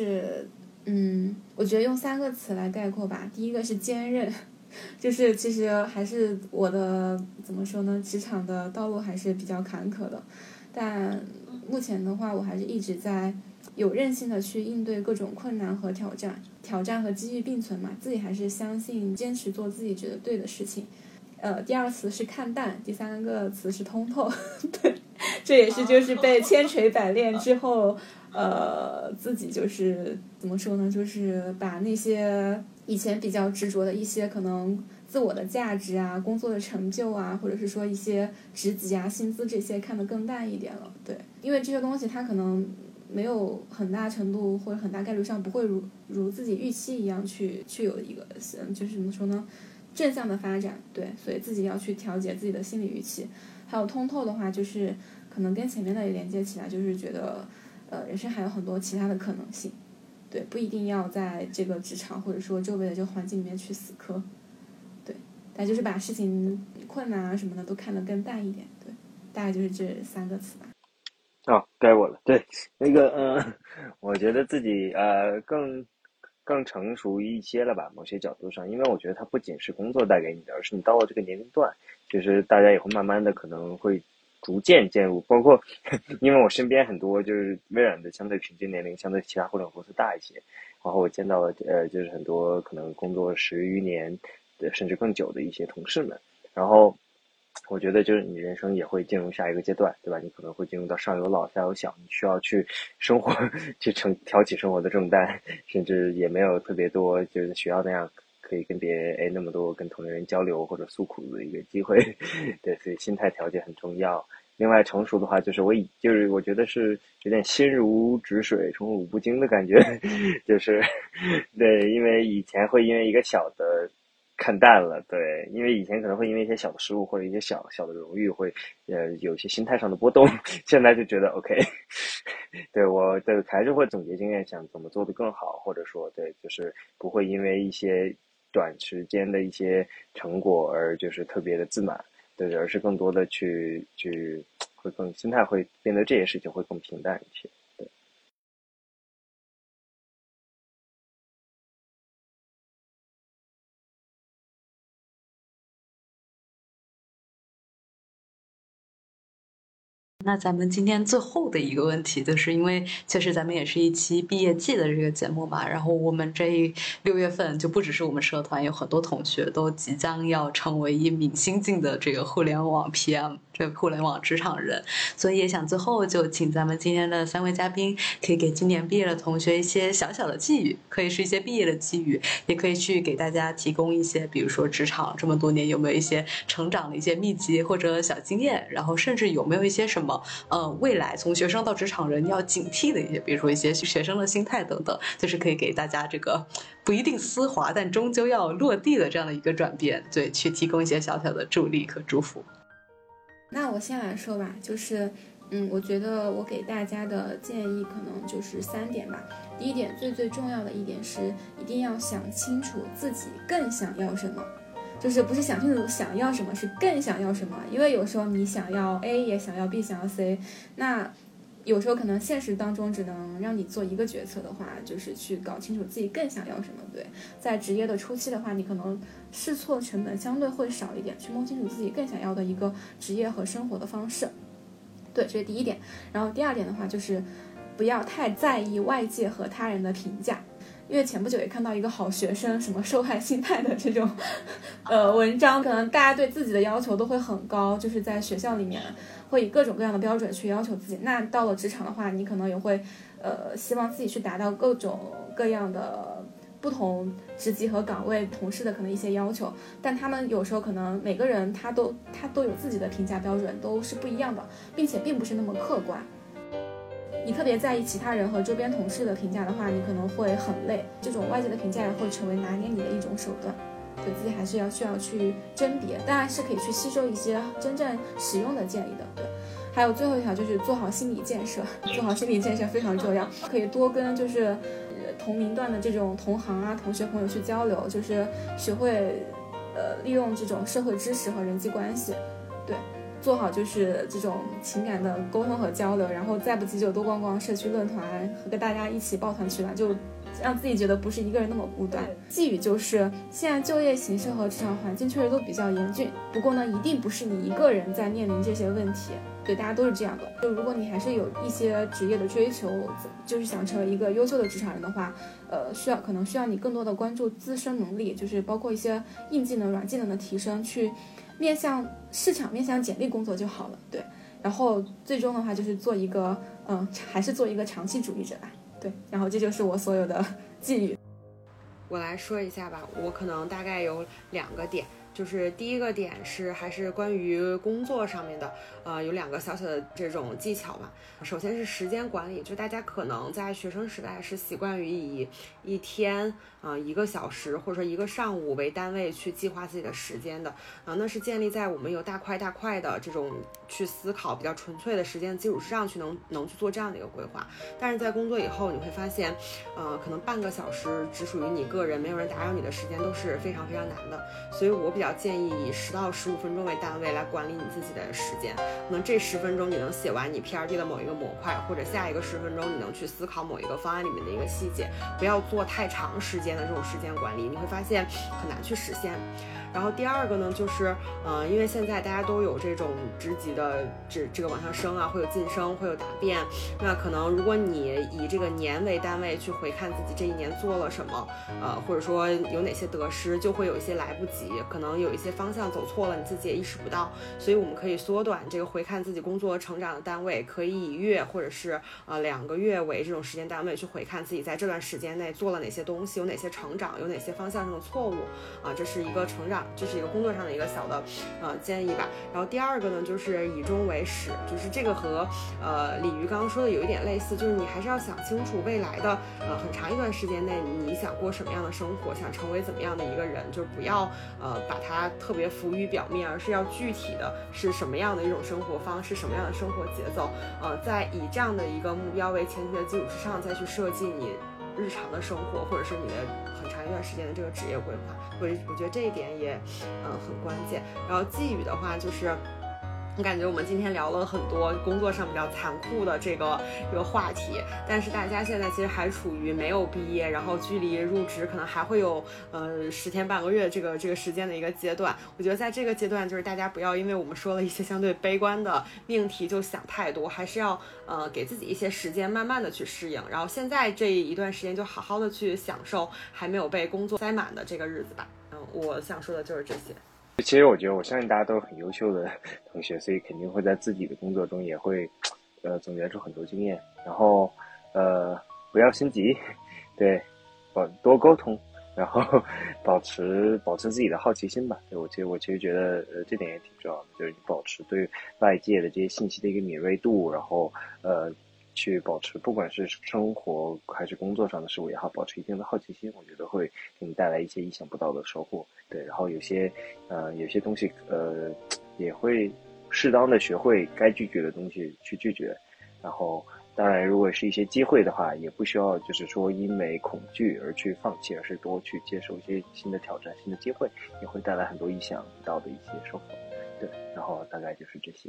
我觉得用3个词来概括吧。第一个是坚韧，就是其实还是我的怎么说呢，职场的道路还是比较坎坷的，但目前的话，我还是一直在有韧性的去应对各种困难和挑战和机遇并存嘛，自己还是相信坚持做自己觉得对的事情。第二词是看淡，第3个词是通透。对，这也是就是被千锤百炼之后，自己就是怎么说呢，就是把那些以前比较执着的一些可能自我的价值啊、工作的成就啊，或者是说一些职级啊、薪资这些看得更淡一点了。对，因为这些东西它可能没有很大程度或者很大概率上不会如自己预期一样去有一个就是怎么说呢，正向的发展。对，所以自己要去调节自己的心理预期。还有通透的话，就是可能跟前面的也连接起来，就是觉得人生还有很多其他的可能性。对，不一定要在这个职场或者说周围的这个环境里面去死磕。对，但就是把事情困难啊什么的都看得更淡一点。对，大概就是这3个词吧。 该我了。对，那个我觉得自己更成熟一些了吧，某些角度上，因为我觉得它不仅是工作带给你的，而是你到了这个年龄段，就是大家也会慢慢的可能会逐渐渐入，包括因为我身边很多就是微软的相对平均年龄相对其他互联网公司大一些，然后我见到了就是很多可能工作10余年的甚至更久的一些同事们，然后我觉得就是你人生也会进入下一个阶段，对吧？你可能会进入到上有老下有小，你需要去生活去挑起生活的重担，甚至也没有特别多就是学校那样可以跟那么多跟同龄人交流或者诉苦的一个机会。对，所以心态调节很重要。另外成熟的话，就是我觉得是有点心如止水宠辱不惊的感觉，就是对，因为以前会因为一个小的看淡了，对，因为以前可能会因为一些小的失误或者一些小的荣誉会有一些心态上的波动，现在就觉得 OK。 对，我还是会总结经验，想怎么做得更好，或者说对，就是不会因为一些短时间的一些成果而就是特别的自满，对，而是更多的去会更心态会变得这些事情会更平淡一些。对。 那咱们今天最后的一个问题，就是因为确实咱们也是一期毕业季的这个节目嘛，然后我们这6月份就不只是我们社团，有很多同学都即将要成为一名新晋的这个互联网 PM， 这个互联网职场人，所以也想最后就请咱们今天的3位嘉宾，可以给今年毕业的同学一些小小的寄语，可以是一些毕业的寄语，也可以去给大家提供一些，比如说职场这么多年有没有一些成长的一些秘籍或者小经验，然后甚至有没有一些什么未来从学生到职场人要警惕的一些，比如说一些学生的心态等等，就是可以给大家这个不一定丝滑但终究要落地的这样的一个转变，对，去提供一些小小的助力和祝福。 那我先来说吧，就是我觉得我给大家的建议可能就是3点吧。第一点，最重要的一点是一定要想清楚自己更想要什么，就是不是想清楚想要什么，是更想要什么。因为有时候你想要 A 也想要 B 想要 C， 那有时候可能现实当中只能让你做一个决策的话，就是去搞清楚自己更想要什么。对，在职业的初期的话，你可能试错成本相对会少一点，去摸清楚自己更想要的一个职业和生活的方式。对，这是第一点。然后第二点的话，就是不要太在意外界和他人的评价。 因为前不久也看到一个好学生什么受害心态的这种文章，可能大家对自己的要求都会很高，就是在学校里面会以各种各样的标准去要求自己，那到了职场的话，你可能也会希望自己去达到各种各样的不同职级和岗位同事的可能一些要求，但他们有时候可能每个人他都有自己的评价标准，都是不一样的，并且并不是那么客观。你特别在意其他人和周边同事的评价的话，你可能会很累，这种外界的评价也会成为拿捏你的一种手段，对自己还是需要去甄别，当然是可以去吸收一些真正实用的建议的。对，还有最后一条就是做好心理建设，做好心理建设非常重要，可以多跟就是同龄段的这种同行啊、同学朋友去交流，就是学会利用这种社会知识和人际关系，对，做好就是这种情感的沟通和交流，然后再不济就多逛逛社区论坛，和大家一起抱团取暖，就让自己觉得不是一个人那么孤单。寄语就是现在就业形势和职场环境确实都比较严峻，不过呢，一定不是你一个人在面临这些问题，对，大家都是这样的。就如果你还是有一些职业的追求，就是想成为一个优秀的职场人的话，可能需要你更多的关注自身能力，就是包括一些硬技能、软技能的提升，去面向市场、面向简历工作就好了。对，然后最终的话就是做一个还是做一个长期主义者吧。对，然后这就是我所有的寄语。 我来说一下吧，我可能大概有2个点。就是第一个点是还是关于工作上面的，有2个小小的这种技巧吧。首先是时间管理，就大家可能在学生时代是习惯于以一天1个小时或者说1个上午为单位去计划自己的时间的，那是建立在我们有大块的这种去思考比较纯粹的时间基础之上去能去做这样的一个规划。但是在工作以后，你会发现，可能半个小时只属于你个人，没有人打扰你的时间都是非常非常难的。所以我比较建议以10到15分钟为单位来管理你自己的时间。可能这10分钟你能写完你 PRD 的某一个模块，或者下一个10分钟你能去思考某一个方案里面的一个细节，不要做太长时间的这种时间管理，你会发现很难去实现。然后第二个呢，就是因为现在大家都有这种职级的这个往上升啊，会有晋升，会有答辩，那可能如果你以这个年为单位去回看自己这一年做了什么，或者说有哪些得失，就会有一些来不及，可能有一些方向走错了，你自己也意识不到。所以我们可以缩短这个回看自己工作成长的单位，可以以月或者是2个月为这种时间单位去回看自己在这段时间内做了哪些东西，有哪些成长，有哪些方向上的错误这是一个成长，这是一个工作上的一个小的建议吧。然后第二个呢，就是以终为始，就是这个和鲤鱼刚刚说的有一点类似，就是你还是要想清楚未来的很长一段时间内你想过什么样的生活，想成为怎么样的一个人，就是不要把它特别浮于表面，而是要具体的是什么样的一种生活方式，什么样的生活节奏，在以这样的一个目标为前提的基础之上，再去设计你日常的生活，或者是你的很长一段时间的这个职业规划。我觉得这一点也很关键。然后寄语的话，就是我感觉我们今天聊了很多工作上比较残酷的这个话题，但是大家现在其实还处于没有毕业，然后距离入职可能还会有10天半个月这个时间的一个阶段。我觉得在这个阶段，就是大家不要因为我们说了一些相对悲观的命题就想太多，还是要给自己一些时间慢慢的去适应，然后现在这一段时间就好好的去享受还没有被工作塞满的这个日子吧。我想说的就是这些。 其实我觉得我相信大家都是很优秀的同学，所以肯定会在自己的工作中也会总结出很多经验，然后不要心急，对，多沟通，然后保持自己的好奇心吧。对，我其实觉得这点也挺重要的，就是你保持对外界的这些信息的一个敏锐度，然后去保持不管是生活还是工作上的事物也好，保持一定的好奇心，我觉得会给你带来一些意想不到的收获。对，然后有些东西也会适当的学会该拒绝的东西去拒绝，然后当然如果是一些机会的话，也不需要就是说因为恐惧而去放弃，而是多去接受一些新的挑战、新的机会，也会带来很多意想不到的一些收获。对，然后大概就是这些。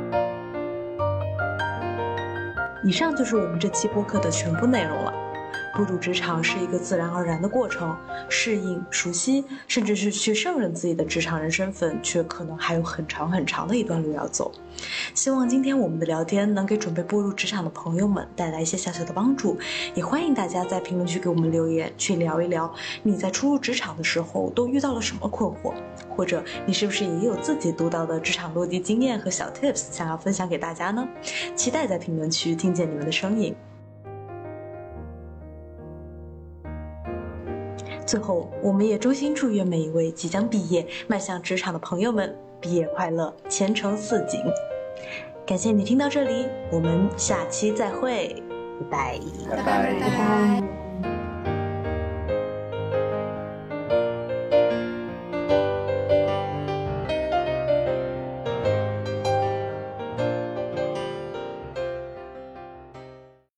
以上就是我们这期播客的全部内容了。 步入职场是一个自然而然的过程，适应、熟悉，甚至是去胜任自己的职场人身份，却可能还有很长很长的一段路要走。希望今天我们的聊天能给准备步入职场的朋友们带来一些小小的帮助，也欢迎大家在评论区给我们留言，去聊一聊你在初入职场的时候都遇到了什么困惑，或者你是不是也有自己独到的职场落地经验和小 tips 想要分享给大家呢？期待在评论区听见你们的声音。最后，我们也衷心祝愿每一位即将毕业迈向职场的朋友们毕业快乐，前程似锦。感谢你听到这里，我们下期再会，拜拜。 拜拜。